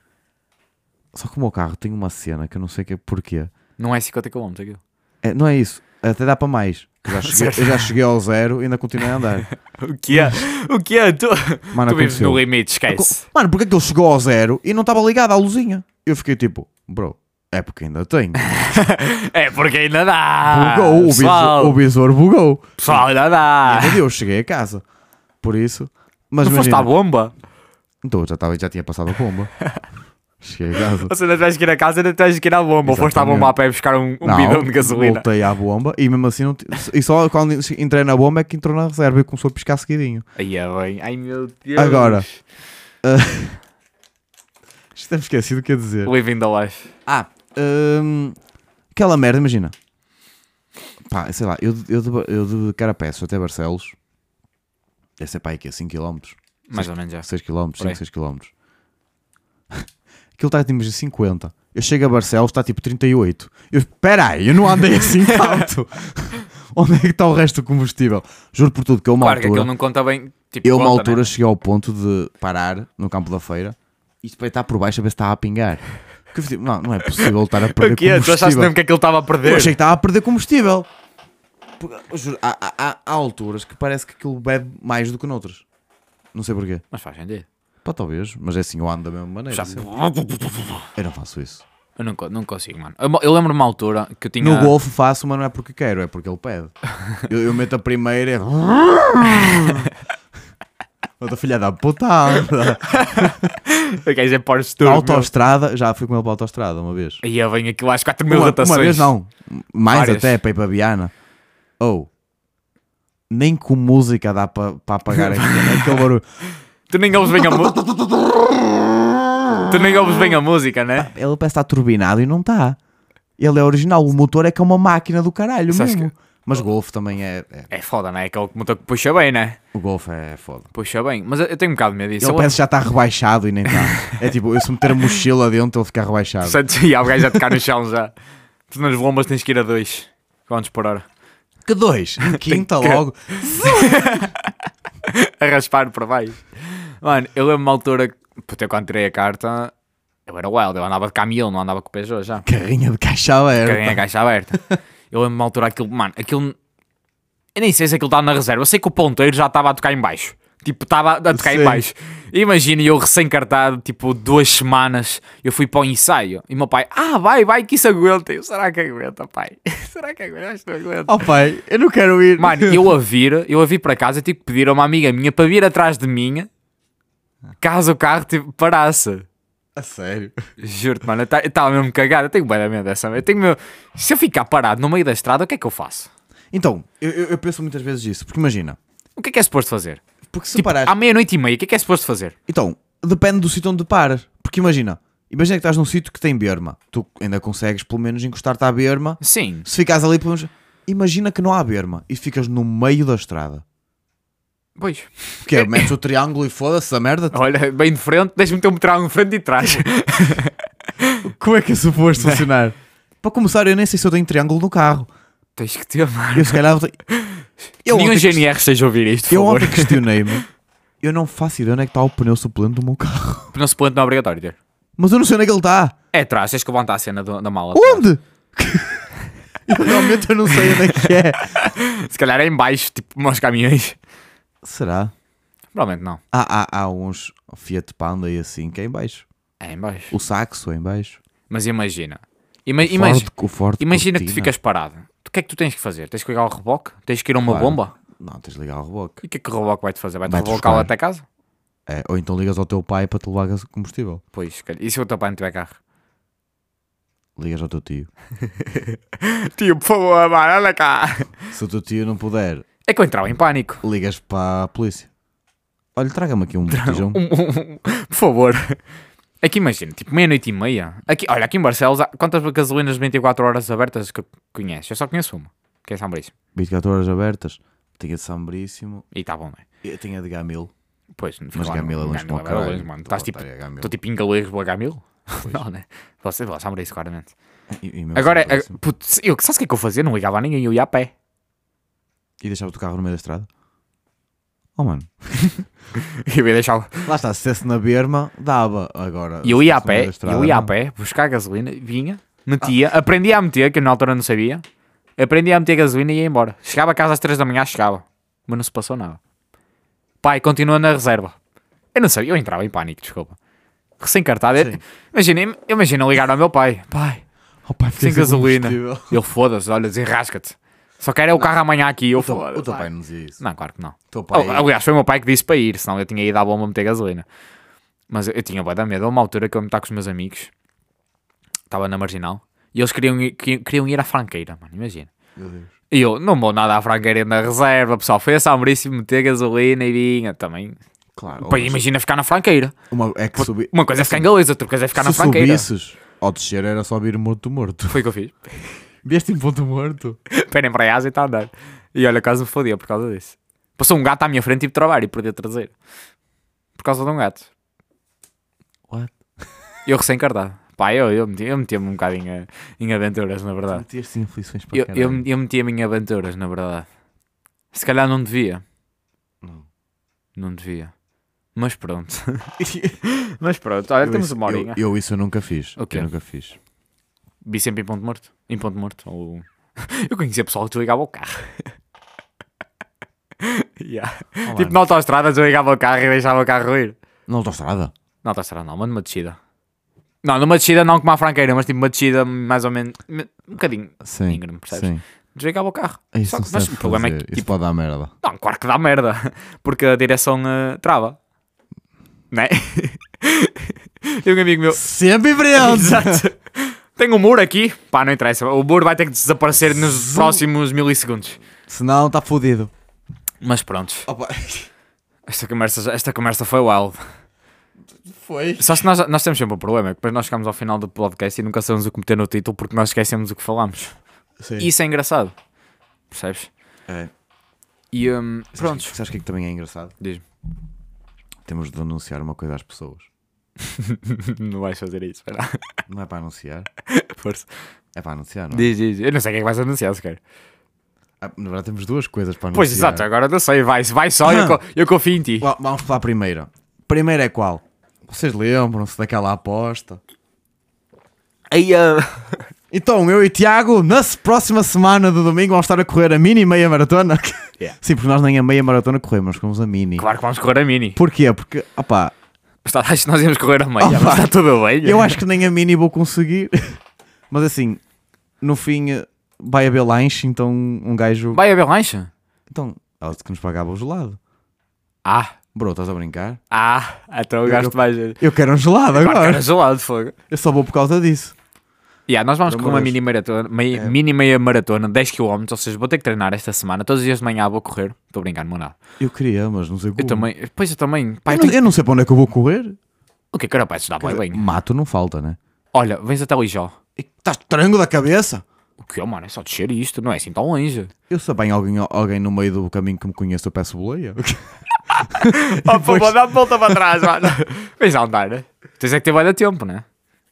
Só que o meu carro tem uma cena que eu não sei que é porquê. Não é cinquenta quilómetros aquilo. É, não é isso, até dá para mais. Eu já cheguei, Certo. eu já cheguei ao zero e ainda continuei a andar. O que é? O que é? Tu, Mano, tu vives aconteceu. no limite, esquece. Mano, porque é que ele chegou ao zero e não estava ligado à luzinha? Eu fiquei tipo, bro, é porque ainda tenho. É porque ainda dá. Bugou, o visor, pessoal, o visor bugou. pessoal, ainda dá. E ainda eu cheguei a casa. Por isso. Mas Não foste imagina, à bomba? então eu já, tava, já tinha passado a bomba. Cheguei a casa. Ou seja, ainda tens que ir a casa, ainda tens que ir à bomba. Ou foste à Exatamente. bomba a pé buscar um, um Não, bidão de gasolina. voltei à bomba e mesmo assim não t- e só quando entrei na bomba é que entrou na reserva e começou a piscar seguidinho. Aí é bem. Ai meu Deus. Agora. Uh, Isto é esquecido o que ia dizer. Living the life. Ah, hum, aquela merda, imagina. Pá, sei lá, eu, eu, de, eu de Carapeço até Barcelos deve ser para aí que é cinco quilómetros. Mais ou menos já. seis quilómetros, Por aí. cinco, seis quilómetros. Aquilo está tipo cinquenta. Eu chego a Barcelos, está tipo trinta e oito. Eu, espera aí, eu não andei assim tanto. Onde é que está o resto do combustível? Juro por tudo que eu uma Claro que altura, aquilo não conta bem. Tipo, eu uma conta, altura né? cheguei ao ponto de parar no campo da feira e espreitar por baixo a ver se estava a pingar. Porque eu fiz, tipo, não, não é possível estar a perder O que é? Tu achaste combustível. mesmo que aquilo estava a perder? Eu achei que estava a perder combustível. Porque, eu juro, há, há- há- há alturas que parece que aquilo bebe mais do que noutras. Não sei porquê. Mas faz sentido. Pá, talvez, mas é assim, eu ando da mesma maneira. Já... sempre. Eu não faço isso. Eu não, co- não consigo, mano. Eu, eu lembro-me uma altura que eu tinha... No Golf faço, mas não é porque quero, é porque ele pede. Eu, eu meto a primeira e... Outra filha da puta anda. Quer dizer, Porsche Na Turbo. autoestrada, já fui com ele para a autoestrada uma vez. Aí eu venho aquilo às quatro mil Uma, rotações. uma vez não, mais Várias. até para ir para Viana. Ou, nem com música dá para para apagar aquele, aquele barulho. Tu nem ouves bem a música. Tu nem ouves bem a música, né? Ele parece estar turbinado e não está. Ele é original, o motor é que é uma máquina do caralho Sabes mesmo. que- Mas Golf também é, é- É foda, né? É aquele motor que puxa bem, né? O Golf é foda. Puxa bem. Mas eu, eu tenho um bocado de medo disso. Ele Eu parece que já está rebaixado e nem está. É tipo, eu se meter a mochila dentro, ele fica rebaixado. Sentes e há o gajo a tocar no chão já. Tu nas bombas tens que ir a dois quilómetros por hora. Que dois? Em quinta que- logo. A raspar por baixo. Mano, eu lembro-me uma altura que, puta, eu quando tirei a carta, eu era wild, eu andava de caminhão, não andava com o Peugeot já. Carrinha de caixa aberta. Caguei a caixa aberta. Eu lembro-me uma altura aquilo, mano, aquilo. Eu nem sei se aquilo estava na reserva, eu sei que o ponteiro já estava a tocar em baixo. Tipo, estava a tocar em Sim. baixo. Imagina, eu recém-cartado, tipo, duas semanas, eu fui para o ensaio. E o meu pai, ah, vai, vai, que isso aguenta. Eu, será que aguenta, pai? Será que aguenta? Acho que não aguenta. Oh pai, eu não quero ir. Mano, eu a vir, eu a vir para casa, tive que pedir a uma amiga minha para vir atrás de mim, caso o carro tipo, parasse. A sério? Juro-te, mano, eu estava mesmo cagado. Eu tenho bem da medo dessa. Eu tenho meu... Se eu ficar parado no meio da estrada, o que é que eu faço? Então, eu, eu eu penso muitas vezes isso, porque imagina, O que é que é suposto fazer? porque se Tipo, parares... à meia-noite e meia, o que é que é suposto fazer? Então, depende do sítio onde paras. Porque imagina, imagina que estás num sítio que tem berma. Tu ainda consegues pelo menos encostar-te à berma. Sim. Se ficares ali, pelo menos... Imagina que não há berma e ficas no meio da estrada. Pois. Que é, metes o triângulo e foda-se a merda. Olha, bem de frente, deixa-me ter um triângulo de frente e de trás. Como é que é suposto funcionar? Para começar, eu nem sei se eu tenho triângulo no carro. Tens que ter, mano. Eu se calhar... vou ter- Eu Nenhum ontem G N R esteja a ouvir isto, por Eu favor. ontem questionei-me. Eu não faço ideia onde é que está o pneu suplente do meu carro. Não se plante, não é obrigatório ter. Mas eu não sei onde é que ele está. É atrás, tens que levantar a cena do- da mala. Onde? Eu realmente eu não sei onde é que é. Se calhar é em baixo, tipo, uns caminhões. Será? Provavelmente não. Há, há, há uns Fiat Panda e assim que é em baixo. É em baixo. O Saxo é em baixo. Mas imagina. Ima O imagi Ford, o Ford imagina que tu Cortina. ficas parado. O que é que tu tens que fazer? Tens que ligar o reboque? Tens que ir a uma Claro. bomba? Não, tens de ligar ao reboque. E o que é que o reboque vai-te fazer? Vai-te Vai-te rebocá-lo buscar. até casa? É, ou então ligas ao teu pai para te levar gas- combustível. Pois, se calhar. E se o teu pai não tiver carro? Ligas ao teu tio. Tio, por favor, mano, olha cá. Se o teu tio não puder, É que eu entrava em pânico. ligas para a polícia. Olha, traga-me aqui um botijão. Um- um- um- por favor. É que imagina, tipo, meia-noite e meia. Aqui, olha, aqui em Barcelos, há quantas gasolinas de vinte e quatro horas abertas que conheces? Eu só conheço uma, que é São Brício. vinte e quatro horas abertas. Tinha de São Bríssimo. E tá bom, não é? Eu tinha de Gamil. Pois, não Mas lá, Gamil é não- longe não para o é longe, caralho. mano. Estou Estás a tipo, botar aí a Gamil. estou tipo em Galeiros do H mil? Não, né? Você lá, São Brício, claramente. E- e mesmo Agora, São é, Bríssimo. putz, eu, sabes o que é que eu fazia? Não ligava a ninguém, eu ia a pé. E deixava o teu carro no meio da estrada? Oh, mano. Eu ia deixar. Lá está, se estivesse na berma, dava. Agora. E eu se ia a estivesse no meio pé, da estrada, eu ia a não. pé, buscar gasolina, vinha, metia, aprendia a meter, que eu na altura não sabia. Aprendia a meter gasolina e ia embora. Chegava a casa às três da manhã, chegava. Mas não se passou nada. Pai, continua na reserva. Eu não sabia, eu entrava em pânico, desculpa. Recém-cartado. Sim. Imagina, imagina ligar ao meu pai. Pai, Oh, pai, sem fiquei gasolina. combustível. Ele foda-se, olha, desenrasca-te. Só quero é o carro amanhã aqui. Eu O teu, foda-se. o teu pai não dizia isso. Não, claro que não. O teu pai. Oh, aliás, foi o meu pai que disse para ir, senão eu tinha ido à bomba meter gasolina. Mas eu, eu tinha bué da medo. Houve uma altura que eu me estava com os meus amigos, estava na Marginal, e eles queriam ir, queriam, queriam ir à Franqueira, mano, imagina. Meu Deus. E eu, não vou nada à Franqueira na reserva, pessoal, foi a São Maurício meter gasolina e vinha também. Claro. Pá, imagina ficar na Franqueira. Uma, é que subi... Uma coisa é ficar em Galiza, outra coisa é ficar na Se Franqueira. subisses, ao descer era só vir morto morto. Foi o que eu fiz. Vieste em ponto morto. Pera em praia e está a andar. E olha, quase me fodia por causa disso. Passou um gato à minha frente e tive de trabalhar e perdi a traseira. Por causa de um gato. What? Eu recém-cardado. Pá, eu, eu, meti, eu metia-me um bocado em, eh, em aventuras, na verdade. Meteste inflições para Eu, eu, caralho. eu metia-me em aventuras, na verdade. Se calhar não devia. Não. Não devia. Mas pronto. Mas pronto, olha, Eu temos isso- uma horinha. Eu, eu isso eu nunca fiz. O quê? Eu nunca fiz. Vi sempre em ponto morto. Em ponto morto. Ou... eu conhecia pessoal que desligava o carro. Yeah. Oh, Tipo, na autostrada desligava o carro e deixava o carro ir. Na autostrada? Na autostrada não, mas numa descida. Não, numa descida não como a franqueira, mas tipo uma descida mais ou menos... Um bocadinho Sim. íngreme, percebes? Sim. Desligava o carro. Isso Só não que- se mas deve o problema é fazer. que, Isso tipo, pode dar merda. não, claro que dá merda. Porque a direção uh, trava. Né? Tem um amigo meu... Sempre em frente! Exato. Tem um muro aqui. Pá, não interessa. O muro vai ter que desaparecer nos Zoom. próximos milissegundos. Senão está fodido. Mas pronto. Opa. Esta conversa, esta conversa foi wild. Foi. Só que nós, nós temos sempre um problema. É que depois nós chegamos ao final do podcast e nunca sabemos o que meter no título porque nós esquecemos o que falamos. Sim. E isso é engraçado. Percebes? É. E um, Sabes pronto. que- Sabes o que é que também é engraçado? Diz-me. Temos de anunciar uma coisa às pessoas. Não vais fazer isso, espera. Não é para anunciar. Força. É para anunciar, não é? Diz, diz. Eu não sei o que é que vais anunciar, sequer. Ah, na verdade temos duas coisas para anunciar. Pois, exato. Agora não sei. Vai, vai só. Eu, co- eu confio em ti. Well, vamos para a primeira. Primeira é qual? Vocês lembram-se daquela aposta? Aí, uh... Então, eu e Tiago, na se- próxima semana de domingo, vamos estar a correr a mini meia maratona. Yeah. Sim, porque nós nem a meia maratona corremos, corremos a mini. Claro que vamos correr a mini. Porquê? Porque, opá, Está- Acho que nós íamos correr a meia, Opa. mas está tudo bem. eu acho que nem a mini vou conseguir. Mas assim, no fim, eh, vai haver lanche, então um gajo... Vai haver lanche? Então, ela disse que nos pagava o gelado. Ah, Bro, estás a brincar? ah, então eu Eu- gasto mais. Eu quero um gelado Claro que agora. era gelado, fogo. Eu só vou por causa disso. Yeah, nós vamos Pelo com uma amor de mini maratona, meia, É. mini meia maratona, dez quilómetros, ou seja, vou ter que treinar esta semana. Todos os dias de manhã vou correr. Estou a brincar, não é nada. Eu queria, mas não sei como. Eu também, pois eu também. Pá, Eu, eu não, tenho- eu não sei para onde é que eu vou correr. O que é que era para isso? Dá bem, bem. Mato não falta, né? Olha, vens até Lijó. E Estás trango da cabeça? O que é, mano? É só descer isto, não é assim tão longe. Eu se apanho alguém, alguém no meio do caminho que me conheça, eu peço boleia. Oh, pô, vou dar volta para trás, mano. Vens a andar, né? Tens é que ter vai dar tempo, né?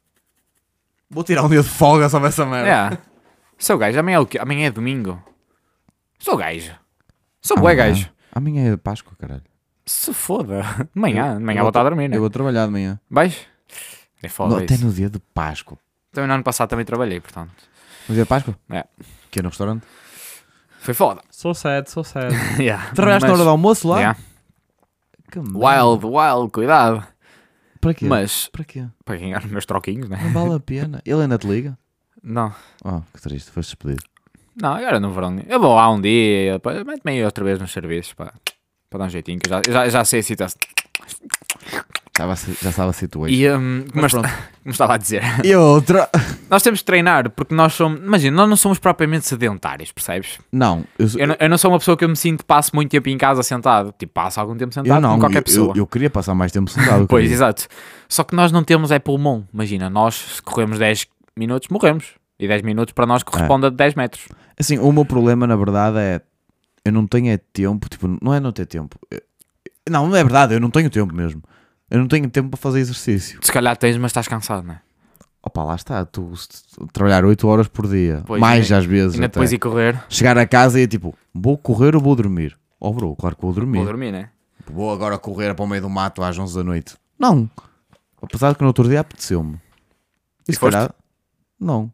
Vou tirar um dia de folga sobre essa merda. É. Sou gajo, amanhã é o quê? Amanhã é domingo. Sou gajo. Sou bué Amanhã- gajo. Amanhã é Páscoa, caralho. Se foda. De manhã, de manhã Eu vou estar a dormir, né? Eu vou trabalhar de manhã. Vais? É foda No- até isso. no dia de Páscoa. Também no ano passado também trabalhei, portanto. No dia de Páscoa? É. Que é no restaurante? Foi foda. Sou sad, sou sad. Yeah. Trabalhaste na Mas- hora do almoço lá? Yeah. Que merda. Wild, wild, cuidado. Para quê? Mas, Para quê? para ganhar os meus troquinhos, né? Não vale a pena. Ele ainda te liga? Não. Oh, que triste. Foste despedido. Não, agora no verão. Eu vou lá um dia, pá, mete-me aí outra vez nos serviços, pá. Para dar um jeitinho, que eu já, eu já, já sei a situação. Estava a si- já estava a situação. E, hum, como, Mas eu- pronto. como estava a dizer, E outra... nós temos que treinar, porque nós somos, imagina, nós não somos propriamente sedentários, percebes? Não. Eu, Eu não, eu não sou uma pessoa que eu me sinto que passo muito tempo em casa sentado. Tipo, passo algum tempo sentado eu não. como qualquer eu, pessoa. eu, eu queria passar mais tempo sentado. Pois, queria. exato. Só que nós não temos é pulmão. Imagina, nós se corremos dez minutos, morremos. E dez minutos para nós corresponde a dez metros. Assim, o meu problema, na verdade, é... Eu não tenho é tempo, tipo, não é não ter tempo. Eu- Não, não é verdade, eu não tenho tempo mesmo. Eu não tenho tempo para fazer exercício. Se calhar tens, mas estás cansado, não é? Opa, lá está, tu se- trabalhar oito horas por dia, Pois, mais ainda- às vezes Ainda até. depois ir correr. Chegar a casa e é tipo, vou correr ou vou dormir? Oh bro, claro que vou dormir. Vou dormir, né? Vou agora correr para o meio do mato às onze da noite. Não. Apesar de que no outro dia apeteceu-me. E E se foste? calhar, não.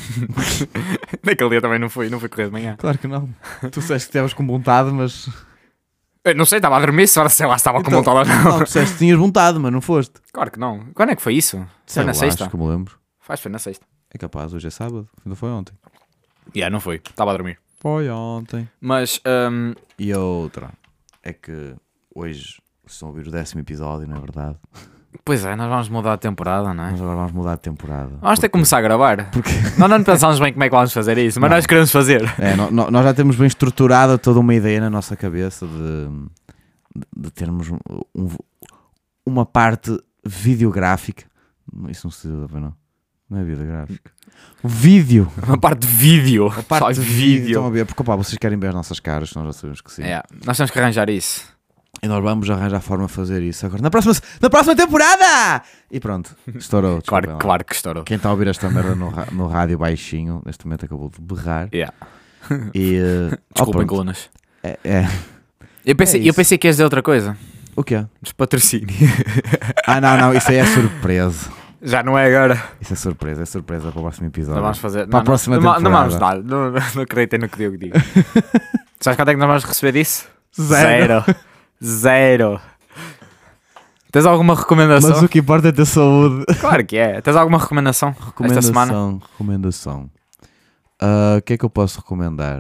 Naquele dia também não fui, não fui correr de manhã. Claro que não. Tu disseste que estavas com vontade, mas... Eu não sei, estava a dormir, se sei lá se estava com Então, vontade ou Não, não. tu disseste que tinhas vontade, mas não foste. Claro que não. Quando é que foi isso? Sei Foi na lá, sexta? acho que me lembro. Faz, foi na sexta. É capaz, hoje é sábado. Ainda foi ontem. E yeah, não foi. Estava a dormir. Foi ontem. Mas, hum, E a outra é que hoje vocês estão a ouvir o décimo episódio, não é verdade? pois é, nós vamos mudar a temporada, não é? Mas agora vamos mudar de temporada. Vamos ter que começar a gravar. Porque Nós não pensámos bem como é que vamos fazer isso, mas Não. nós queremos fazer. é, no- no- nós já temos bem estruturada toda uma ideia na nossa cabeça de, de, de termos um- um- uma parte videográfica. Isso não se diz, não. Não é videográfica. O vídeo. Uma parte de vídeo. A parte Só de vídeo. Estão a ver, porque opá, vocês querem ver as nossas caras, nós já sabemos que sim. É, nós temos que arranjar isso. E nós vamos arranjar a forma de fazer isso agora. Na próxima, na próxima temporada! E pronto, estourou. Claro, desculpem lá. claro que estourou. Quem está a ouvir esta merda no, ra- no rádio baixinho, neste momento acabou de berrar. Yeah. E, eh, oh, Desculpem, pronto. colunas. É, é. Eu pensei, É eu isso. pensei que ias dizer outra coisa. O quê? Dos patrocínios. Ah, não, não, isso aí é surpresa. Já não é agora. Isso é surpresa, é surpresa para o próximo episódio. Não vamos fazer. Para a não, próxima não, não, não vamos temporada. dar. Não, não acreditei no que Diogo diga. Sabes quanto é que nós vamos receber disso? Zero. Zero. Zero. Tens alguma recomendação? Mas o que importa é ter saúde. Claro que é. Tens alguma recomendação, esta semana? Recomendação. Recomendação. Ah, O que é que eu posso recomendar?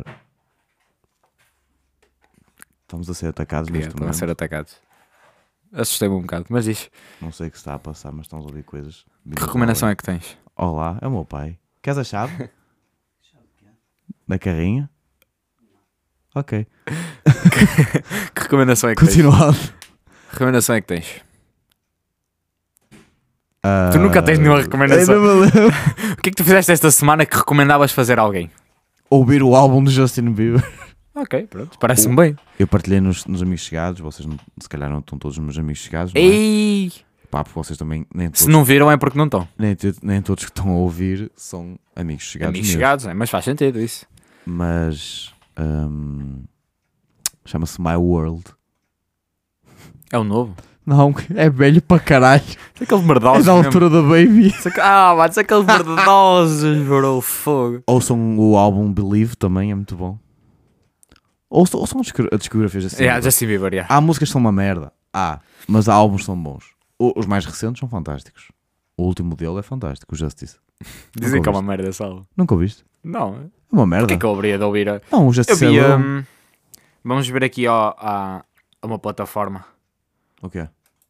Estamos a ser atacados Yeah, neste estão a momento. ser atacados. Assustei-me um bocado, mas diz. Não sei o que está a passar, mas estamos a ouvir coisas. Que recomendação é que tens? Olá, é o meu pai. Queres a chave? Da carrinha? Ok. Que recomendação é que tens? Continuando. Que recomendação é que tens? Ah, Tu nunca tens nenhuma recomendação. eu não me lembro. O que é que tu fizeste esta semana que recomendavas fazer a alguém? Ouvir o álbum do Justin Bieber. Ok, pronto. Parece-me bem. Eu partilhei nos, nos amigos chegados. Vocês não- se calhar não estão todos os meus amigos chegados. Não é? Ei! Pá, porque vocês também nem todos, Se não viram é porque não estão. nem, to- nem todos que estão a ouvir são amigos chegados. Amigos meus. chegados, é? Mas faz sentido isso. Mas hum, chama-se My World. É o novo. Não, é velho para caralho. É aqueles É merdosos da mesmo. altura da Baby. Ah, mano, são aqueles merdosos, bro, fogo. Ouçam o álbum Believe também, é muito bom. Ouçam, ouçam a disco- a discografia de Justin Yeah, Bieber. Justin Bieber, yeah. Há músicas que são uma merda. Há, mas há álbuns que são bons. O- Os mais recentes são fantásticos. O último dele é fantástico, o Justice. Dizem Nunca que é uma ouviste? merda essa aula. Nunca ouviste? Não, É uma merda. porquê é que eu haveria de ouvir? a- Não, o Eu Justice vi, é bom. hum, vamos ver aqui ó, a, a uma plataforma. O quê?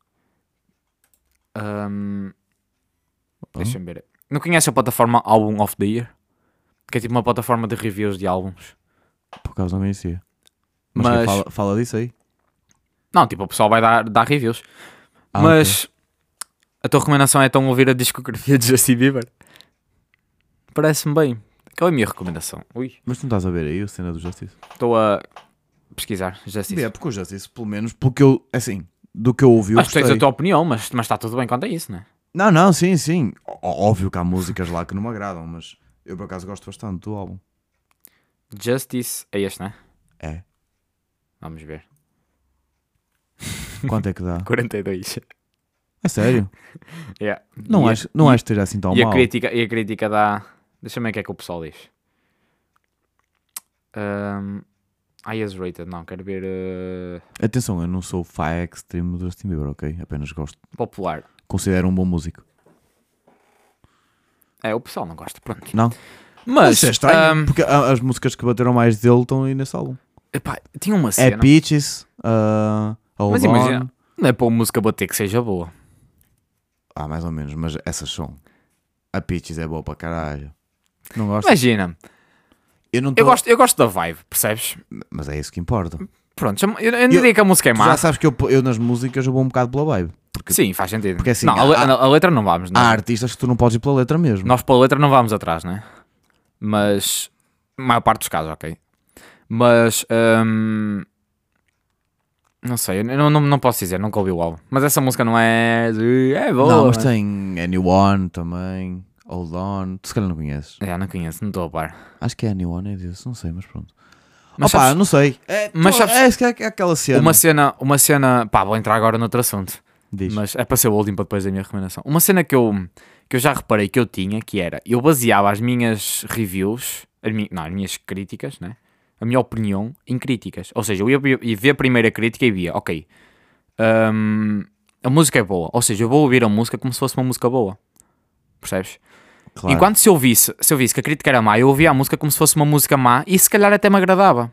Hum, Hã? Deixa-me ver. Não conhece a plataforma Album of the Year? Que é tipo uma plataforma de reviews de álbuns. Por acaso não conhecia. Mas, Mas- quem fala, fala disso aí. Não, tipo, o pessoal vai dar, dar reviews. Ah, Mas a tua recomendação é então ouvir a discografia de Justin Bieber? Parece-me bem. Qual é a minha recomendação? Ui, Mas tu não estás a ver aí a cena do Justice? estou a pesquisar Justice. É, porque o Justice, pelo menos, porque eu, assim, do que eu ouvi, eu Mas tens gostei. a tua opinião, mas, mas está tudo bem quanto a isso, não é? Não, não, sim, sim. Ó- Óbvio que há músicas lá que não me agradam, mas eu por acaso gosto bastante do álbum. Justice é este, não é? É. Vamos ver. Quanto é que dá? quarenta e dois. É sério? Yeah. Não e, acho, não e, acho que esteja assim tão e a mal. crítica E a crítica dá... Deixa-me ver o que é que o pessoal diz. Um, highest rated, não, quero ver... uh, Atenção, eu não sou fã extreme do Justin Bieber, ok? Apenas gosto. popular. Considero um bom músico. É, o pessoal não gosta, pronto. Não? Mas, Isso é estranho, um, porque a- as músicas que bateram mais dele estão aí nesse álbum. epá, tinha uma É cena... Peaches, uh, Hold Mas On. imagina, não é para a música bater que seja boa. Ah, mais ou menos, mas essas são. A Peaches é boa para caralho. Não gosto? Imagina, Eu não tô... eu gosto, eu gosto da vibe, percebes? Mas é isso que importa. Pronto, eu, eu não Eu- diria que a música é Tu má. já sabes que eu, eu nas músicas eu vou um bocado pela vibe. Porque Sim, faz sentido. Porque assim, não, a, le- há- a letra não vamos, não. há artistas que tu não podes ir pela letra mesmo. Nós pela letra não vamos atrás, né? Mas, a maior parte dos casos, ok. Mas, hum, não sei, eu não, não, não posso dizer, nunca ouvi o álbum. Mas essa música não é... É boa. Não, mas né? tem Anyone também, Hold On. Tu se calhar não conheces. É, não conheço, não estou a par. Acho que é Anyone, é disso, não sei, mas pronto. Mas Opa, sabes- não sei. É, mas tô- sabes- é, é, é aquela cena. Uma cena, uma cena... Pá, vou entrar agora noutro assunto. Diz. Mas é para ser o último para depois da minha recomendação. Uma cena que eu, que eu já reparei que eu tinha, que era, eu baseava as minhas reviews, as mi- não, as minhas críticas, né? A minha opinião em críticas. Ou seja, eu ia, ver- ia ver a primeira crítica e via, ok, hum, a música é boa. Ou seja, eu vou ouvir a música como se fosse uma música boa. Percebes? Claro. Enquanto se eu, visse, se eu visse que a crítica era má, eu ouvia a música como se fosse uma música má e se calhar até me agradava.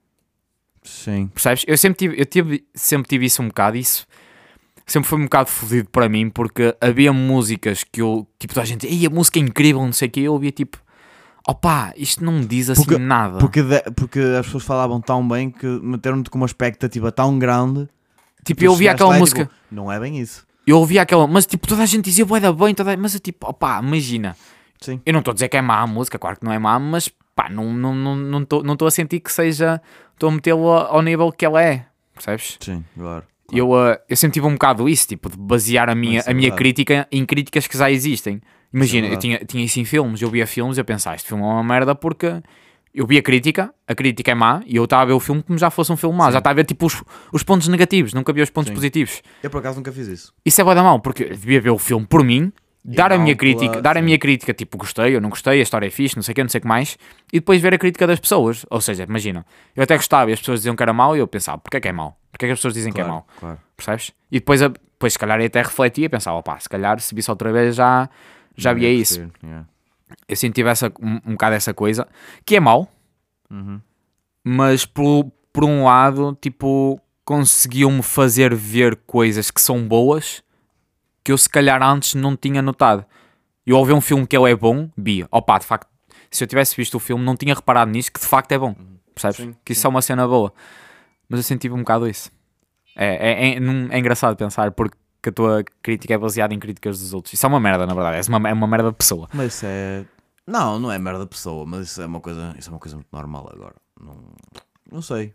Sim. Percebes? Eu sempre tive, eu tive, sempre tive isso um bocado, isso sempre foi um bocado fodido para mim, porque havia músicas que eu, tipo, toda a gente, ei, a música é incrível, não sei o que, eu ouvia tipo, opá, isto não me diz assim Porque- nada. Porque, de- porque as pessoas falavam tão bem que meteram-te com uma expectativa tão grande. tipo, tu eu ouvia chegaste aquela lá e, música, tipo, não é bem isso. eu ouvia aquela, mas tipo, toda a gente dizia, bué da bem, toda a... mas eu tipo, opá, imagina, Sim. eu não estou a dizer que é má a música, claro que não é má, mas pá, não estou não, não, não tô- não tô a sentir que seja, estou a metê-lo ao nível que ela é, percebes? Sim, claro. Eu, uh, eu sempre tive um bocado isso, tipo, de basear a minha, Isso é a minha verdade. crítica em críticas que já existem. Imagina, eu verdade. tinha, tinha isso em filmes, eu via filmes e eu pensava, este filme é uma merda porque eu vi a crítica, a crítica é má, e eu estava a ver o filme como já fosse um filme má, já estava a ver tipo os, os pontos negativos, nunca vi os pontos Sim. positivos. Eu por acaso nunca fiz isso. Isso é bué da mal, porque eu devia ver o filme por mim, E dar a não minha pela- crítica, dar a sim. minha crítica, tipo, gostei, eu não gostei, a história é fixe, não sei o que, não sei o que mais, e depois ver a crítica das pessoas. Ou seja, imagina, eu até gostava e as pessoas diziam que era mau e eu pensava, porquê é que é mau? Porquê é que as pessoas dizem que é Claro, mau? claro. Percebes? E depois, a- depois se calhar eu até refletia e pensava, opá, se calhar se visse outra vez já, já Não via ia isso. perceber, yeah. Eu senti essa, um, um bocado essa coisa, que é mau, Uhum. mas por, por um lado, tipo, conseguiu-me fazer ver coisas que são boas que eu se calhar antes não tinha notado. Eu ouvi um filme que ele é bom, vi, opá, de facto, se eu tivesse visto o filme não tinha reparado nisso, que de facto é bom, percebes? Sim, que isso é uma cena boa. Mas eu senti um bocado isso. É, é, é, não- é engraçado pensar porque a tua crítica é baseada em críticas dos outros. Isso é uma merda, na verdade, é uma, é uma merda de pessoa. Mas isso é. Não, não é merda de pessoa, mas isso é uma coisa, isso é uma coisa muito normal agora. Não, não sei.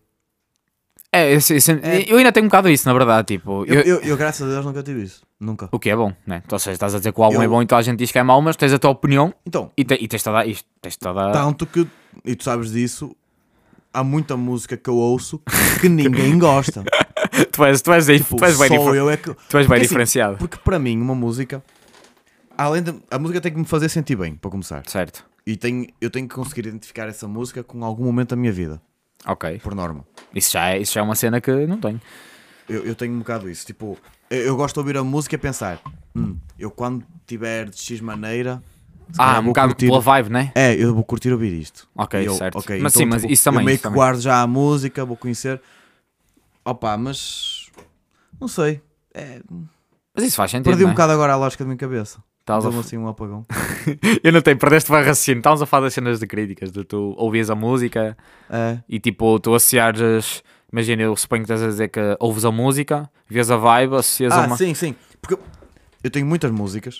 É, eu, eu- É. eu ainda tenho um bocado isso, na verdade, tipo... Eu, eu- eu, eu, graças a Deus, nunca tive isso. Nunca. O que é bom, né? Ou seja, estás a dizer que o álbum Eu- é bom e toda a gente diz que é mau, mas tens a tua opinião Então, e, te, e tens toda... Isto, tens toda... tanto que, e tu sabes disso, há muita música que eu ouço que ninguém gosta. tu és, tu és, aí- Tipo, tu és bem, só difer- eu é que... tu és bem Porque, assim, diferenciado. Porque para mim, uma música, além de... A música tem que me fazer sentir bem, para começar. Certo. E tenho, eu tenho que conseguir identificar essa música com algum momento da minha vida, Ok. por norma. Isso já, é, isso já é uma cena que não tenho. Eu, eu tenho um bocado isso. Tipo, eu, eu gosto de ouvir a música e pensar, hum, eu quando tiver de X maneira, se Ah, calhar um vou bocado curtir- pela vibe, né? É, eu vou curtir ouvir isto. Ok, E eu, certo. ok, Mas então, sim, mas tipo, isso também. eu meio isso que também. guardo já a música, vou conhecer. Opa, mas não sei. É, Mas isso faz sentido. perdi um não é? bocado agora a lógica da minha cabeça. Estás a Deu-me f- assim um apagão. Eu não tenho, perdeste o raciocínio. Estávamos a falar das cenas de críticas, de tu ouvias a música É, e tipo, tu associares. Imagina, eu suponho que estás a dizer que ouves a música, vês a vibe, associas a ah, uma. sim, sim. Porque eu tenho muitas músicas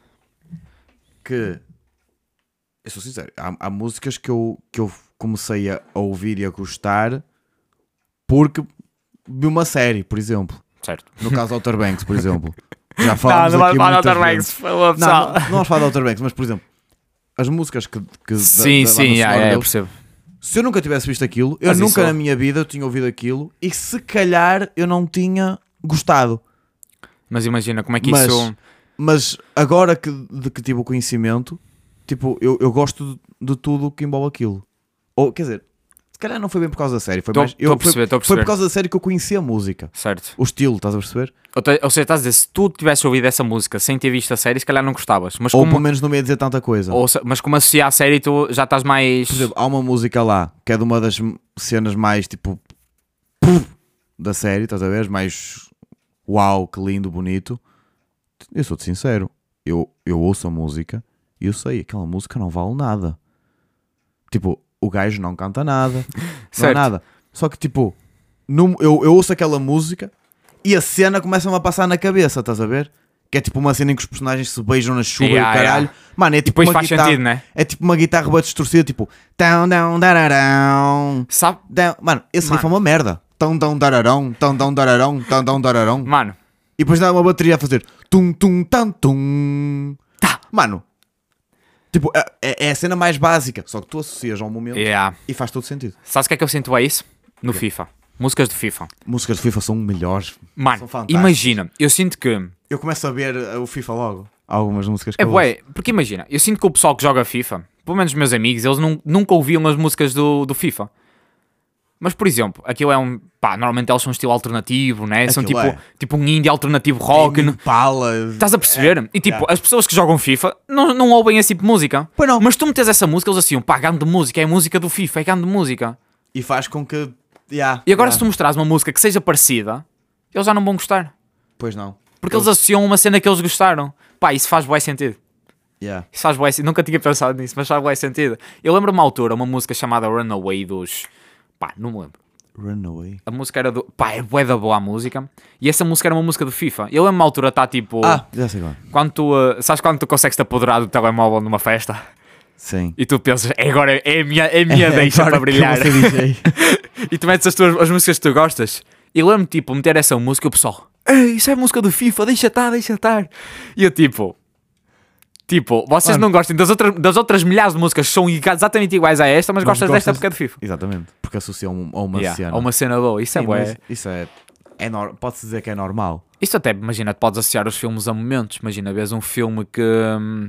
que eu sou sincero, há, há músicas que eu, que eu comecei a ouvir e a gostar porque vi uma série, por exemplo. Certo. No caso Outer Banks, por exemplo. Já Não, falámos não vai aqui falar muitas Outer vezes. Banks, falou Não, pessoal. não, não vamos falar de Outer Banks, mas por exemplo, as músicas que, que Sim, da, da sim, banda yeah, sonora yeah, eu deles, percebo. se eu nunca tivesse visto aquilo, eu Mas nunca isso- na minha vida eu tinha ouvido aquilo e se calhar eu não tinha gostado. Mas imagina, como é que Mas- isso. Mas agora que, de que tive o conhecimento, tipo, eu, eu gosto de, de tudo o que envolve aquilo. Ou, quer dizer, se calhar não foi bem por causa da série, foi Tô- mais. tô eu- a perceber, foi, tô a foi perceber. por causa da série que eu conhecia a música. Certo. O estilo, estás a perceber? Ou, te- ou seja, estás a dizer, se tu tivesse ouvido essa música sem ter visto a série, se calhar não gostavas. Mas Ou como, pelo menos não me ia dizer tanta coisa. ou se- mas como associar a série, tu já estás mais. Por exemplo, há uma música lá que é de uma das cenas mais tipo da série, estás a ver? Mais uau, que lindo, bonito. Eu sou-te sincero, eu, eu ouço a música e eu sei, aquela música não vale nada. Tipo, o gajo não canta nada, não é Certo. nada. Só que tipo, num- eu, eu ouço aquela música e a cena começa-me a passar na cabeça, estás a ver? Que é tipo uma cena em que os personagens se beijam na chuva Yeah, e o caralho. yeah. Mano, é tipo Depois uma faz guitarra, sentido, né? é tipo uma guitarra bem distorcida, tipo tão, tão, dararão, Sabe? tão. Mano, esse Mano. riff é uma merda. Tão, tão, dararão, tão, tão, dararão, tão, tão, dararão. Mano, E depois dá uma bateria a fazer tum, tum, tam, tum. Tá. Mano, tipo, é, é a cena mais básica, só que tu associas ao momento yeah. e faz todo sentido. Sabes o que é que eu sinto a isso? No FIFA. Músicas de FIFA. Músicas de FIFA são melhores. Mano, São fantásticas. imagina, eu sinto que. Eu começo a ver uh, o FIFA logo. Há algumas músicas que É eu bué, porque imagina, eu sinto que o pessoal que joga FIFA, pelo menos os meus amigos, eles nun- nunca ouviam as músicas do, do FIFA. Mas, por exemplo, aquilo é um. Pá, normalmente eles são um estilo alternativo, né? São tipo, Aquilo é. tipo um indie alternativo rock. Tem não- Impala. Estás a perceber? E tipo, yeah. as pessoas que jogam FIFA não, não ouvem esse tipo de música. Pois não. Mas tu metes essa música, eles assim, pá, grande música, é a música do FIFA, é grande música. E faz com que. Yeah, E agora, yeah. se tu mostrares uma música que seja parecida, eles já não vão gostar. Pois não. Porque eles associam uma cena que eles gostaram. Pá, isso faz bué sentido. Yeah. Isso faz bué sentido. Nunca tinha pensado nisso, mas faz bué sentido. Eu lembro uma altura, uma música chamada Runaway dos... Pá, não me lembro. Runaway. A música era do... Pá, é bué da boa a música. E essa música era uma música do FIFA. Eu lembro uma altura, está tipo... Ah, já sei agora. Quando tu... uh, sabes quando tu consegues te apoderar do telemóvel numa festa? Sim. E tu pensas, é agora é a minha, é a minha deixa para brilhar. Que eu vou ser D J. E tu metes as, tuas, as músicas que tu gostas. E eu lembro, tipo, meter essa música e o pessoal... Ei, isso é música do FIFA, deixa estar, deixa estar. E eu, tipo... Tipo, vocês Mano. não gostam das outras, das outras milhares de músicas que são exatamente iguais a esta, mas, Mas gostas desta gostas- porque é do FIFA. Exatamente. Porque associam a uma Yeah, cena. a uma cena boa. Isso é Sim, bué. mas Isso é. é nor... Pode-se dizer que é normal. Isso até, imagina, tu podes associar os filmes a momentos. Imagina, vês um filme que... hum,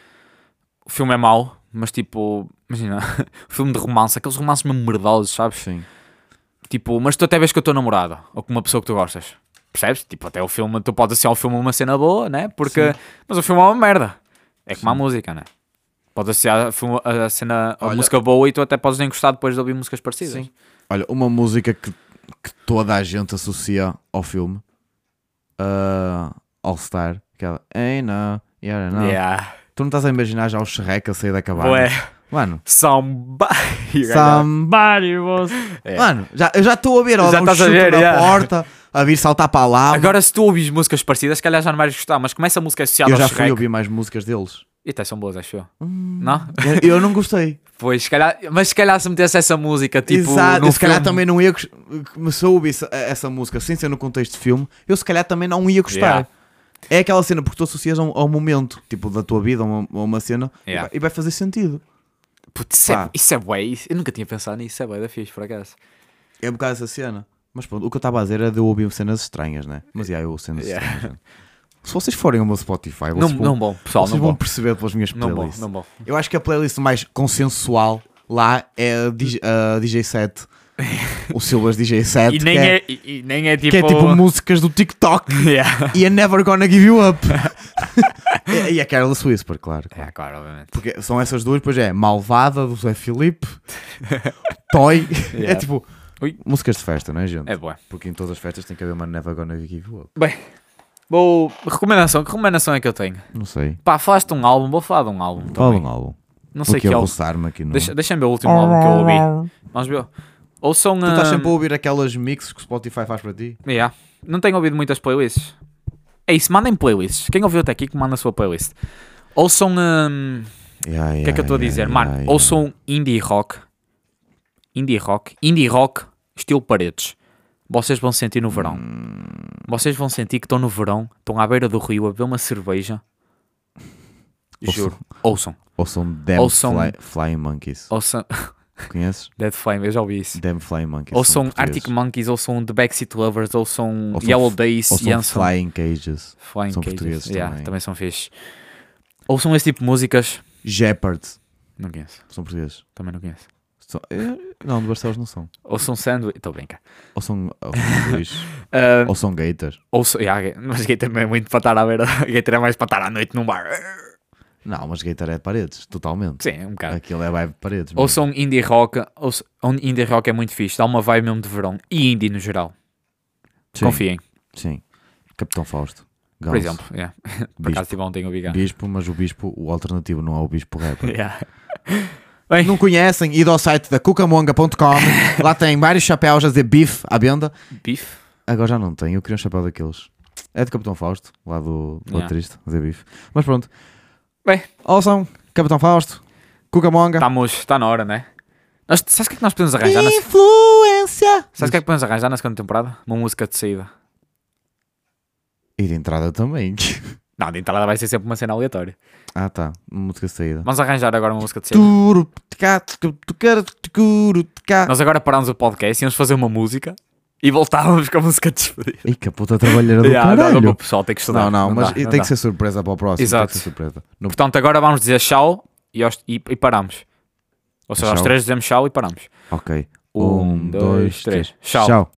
o filme é mau, mas tipo... Imagina, o filme de romance, aqueles romances mesmo merdosos, sabes? Sim. Tipo, mas tu até vês com a tua namorada, ou com uma pessoa que tu gostas. Percebes? Tipo, até o filme, tu podes associar o filme a uma cena boa, né? Porque... Sim. Mas o filme é uma merda. É como a Sim. música, né? Podes associar a, filme- a cena, a Olha- música boa e tu até podes nem gostar depois de ouvir músicas parecidas. Sim. Olha, uma música que, que toda a gente associa ao filme. Uh, All Star. Aquela. Ei, não. Yeah, não. Yeah. Tu não estás a imaginar já o Shrek a sair da cabana? Bué. Mano. Somebody. Somebody was... É. Mano, já, eu já estou a ver. ó, Já um estás a chute ver, na yeah. porta. A vir saltar para lá. Agora, se tu ouvis músicas parecidas, se calhar já não vais gostar, mas começa a música associada eu ao já fui Shrek. ouvir mais músicas deles. E até são boas, acho eu. Hum, Não? eu, eu não gostei. Pois, se calhar, mas se calhar se metesse essa música, tipo, Exato, no eu se calhar filme- também não ia gos- começou a ouvir essa, essa música sem ser no contexto de filme, eu se calhar também não ia gostar. Yeah. É aquela cena porque tu associas a um, a um momento, tipo, da tua vida, a uma, a uma cena, e Yeah. vai- e vai fazer sentido. Putz, isso, é, Pá. isso é bué, isso- eu nunca tinha pensado nisso, isso é bué da fixe, por acaso. É um bocado essa cena. Mas pronto, o que eu estava a dizer era de eu ouvir cenas estranhas, né? Mas yeah, eu ouço cenas Yeah. estranhas. Se vocês forem ao meu Spotify, Não, vocês, vão, não bom, pessoal, vocês não vão bom. perceber pelas minhas Não bom, playlists. não bom. Eu acho que a playlist mais consensual lá é a D J, a D J set. O Silvas D J set. E nem que é, é, e, e nem é tipo... que é tipo músicas do TikTok. Yeah. E a Never Gonna Give You Up. e, e a Careless Whisper, claro. claro. É, claro, obviamente. Porque são essas duas, depois é Malvada do Zé Filipe, Toy. Yeah. É tipo Ui. músicas de festa, não é, gente? É boa. Porque em todas as festas tem que haver uma Never Gonna Give You Up. Bem, vou... Recomendação, que recomendação é que eu tenho? Não sei. Pá, falaste de um álbum, vou falar de um álbum Fala também. um álbum. Não sei Porque que eu álbum. roçar-me aqui no... Deixa, deixa-me ver o último álbum que eu ouvi. Vamos ver. Ouçam... Tu estás hum, sempre a ouvir aquelas mixes que o Spotify faz para ti? Yeah. Não tenho ouvido muitas playlists. É isso, mandem playlists. Quem ouviu até aqui que manda a sua playlist. Ouçam... hum, Yeah, O que é que eu estou a dizer? Mano, yeah, ouçam indie rock. Indie rock. Indie rock, estilo Paredes. Vocês vão sentir no verão. Hum. Vocês vão sentir que estão no verão, estão à beira do rio a beber uma cerveja. Juro. Ouçam. Ouçam Damn Ouçam- Fly, Flying Monkeys. Ouçam... Conheces? Dead Flame, eu já ouvi isso. Damn Flying Monkeys. Ouçam são portugueses. Arctic Monkeys, ouçam The Backseat Lovers, ouçam Ouçam Yellow f- Days, Ouçam Jansen. Flying Cages. Flying são Cages. portugueses Yeah, também. também são fixe. Ouçam esse tipo de músicas. Jeopardy. Não conheço. São portugueses. Também não conheço. São- eh, Não, de Barcelos não são. Ouçam Sandwich. Estou a brincar. Ou são, ou são Luís. Ah, Ou são Gators. ouçam... Yeah, mas Gator não é muito para estar à beira. Gator é mais para estar à noite num bar. Não, mas Gator é paredes, totalmente. Sim, um bocado. Aquilo é vibe de paredes. mesmo. Ouçam indie rock. Ouçam... Indie rock é muito fixe. Dá uma vibe mesmo de verão. E indie no geral. Sim, Confiem. Sim. Capitão Fausto. Por Gauss. exemplo. Yeah. Por Bispo. acaso tive ontem o Bigan. Bispo, mas o Bispo, o alternativo não é o Bispo rapper. Yeah. Bem, Não conhecem? Id ao site da cucamonga ponto com. Lá tem vários chapéus a dizer bife à venda. bife. Agora já não tem, eu queria um chapéu daqueles. É do Capitão Fausto, lá do, do Yeah. Triste, a dizer bife. Mas pronto. Bem, Ouçam, Capitão Fausto, Cucamonga. estamos... Está na hora, né? Nós... Sabes o que é que nós podemos arranjar? Na... Influência! Sabes o que é que podemos arranjar na segunda temporada? Uma música de saída. E de entrada também. Não, de entrada vai ser sempre uma cena aleatória. Ah tá, música de saída. Vamos arranjar agora uma música de saída. Turu, tca, tcu, tucara, tcuru, tca. Nós agora paramos o podcast e íamos fazer uma música e voltávamos com a música de despedida. Ih, que puta trabalheira do Yeah, não, caralho. o pessoal tem que estudar. Não, não, mas dá, não tem dá. que ser surpresa para o próximo. Exato. Tem que ser surpresa. No... Portanto, agora vamos dizer tchau e, aos- e, e paramos. Ou seja, aos Tchau. três dizemos tchau e paramos. Ok. Um, dois, três. Tchau. Tchau.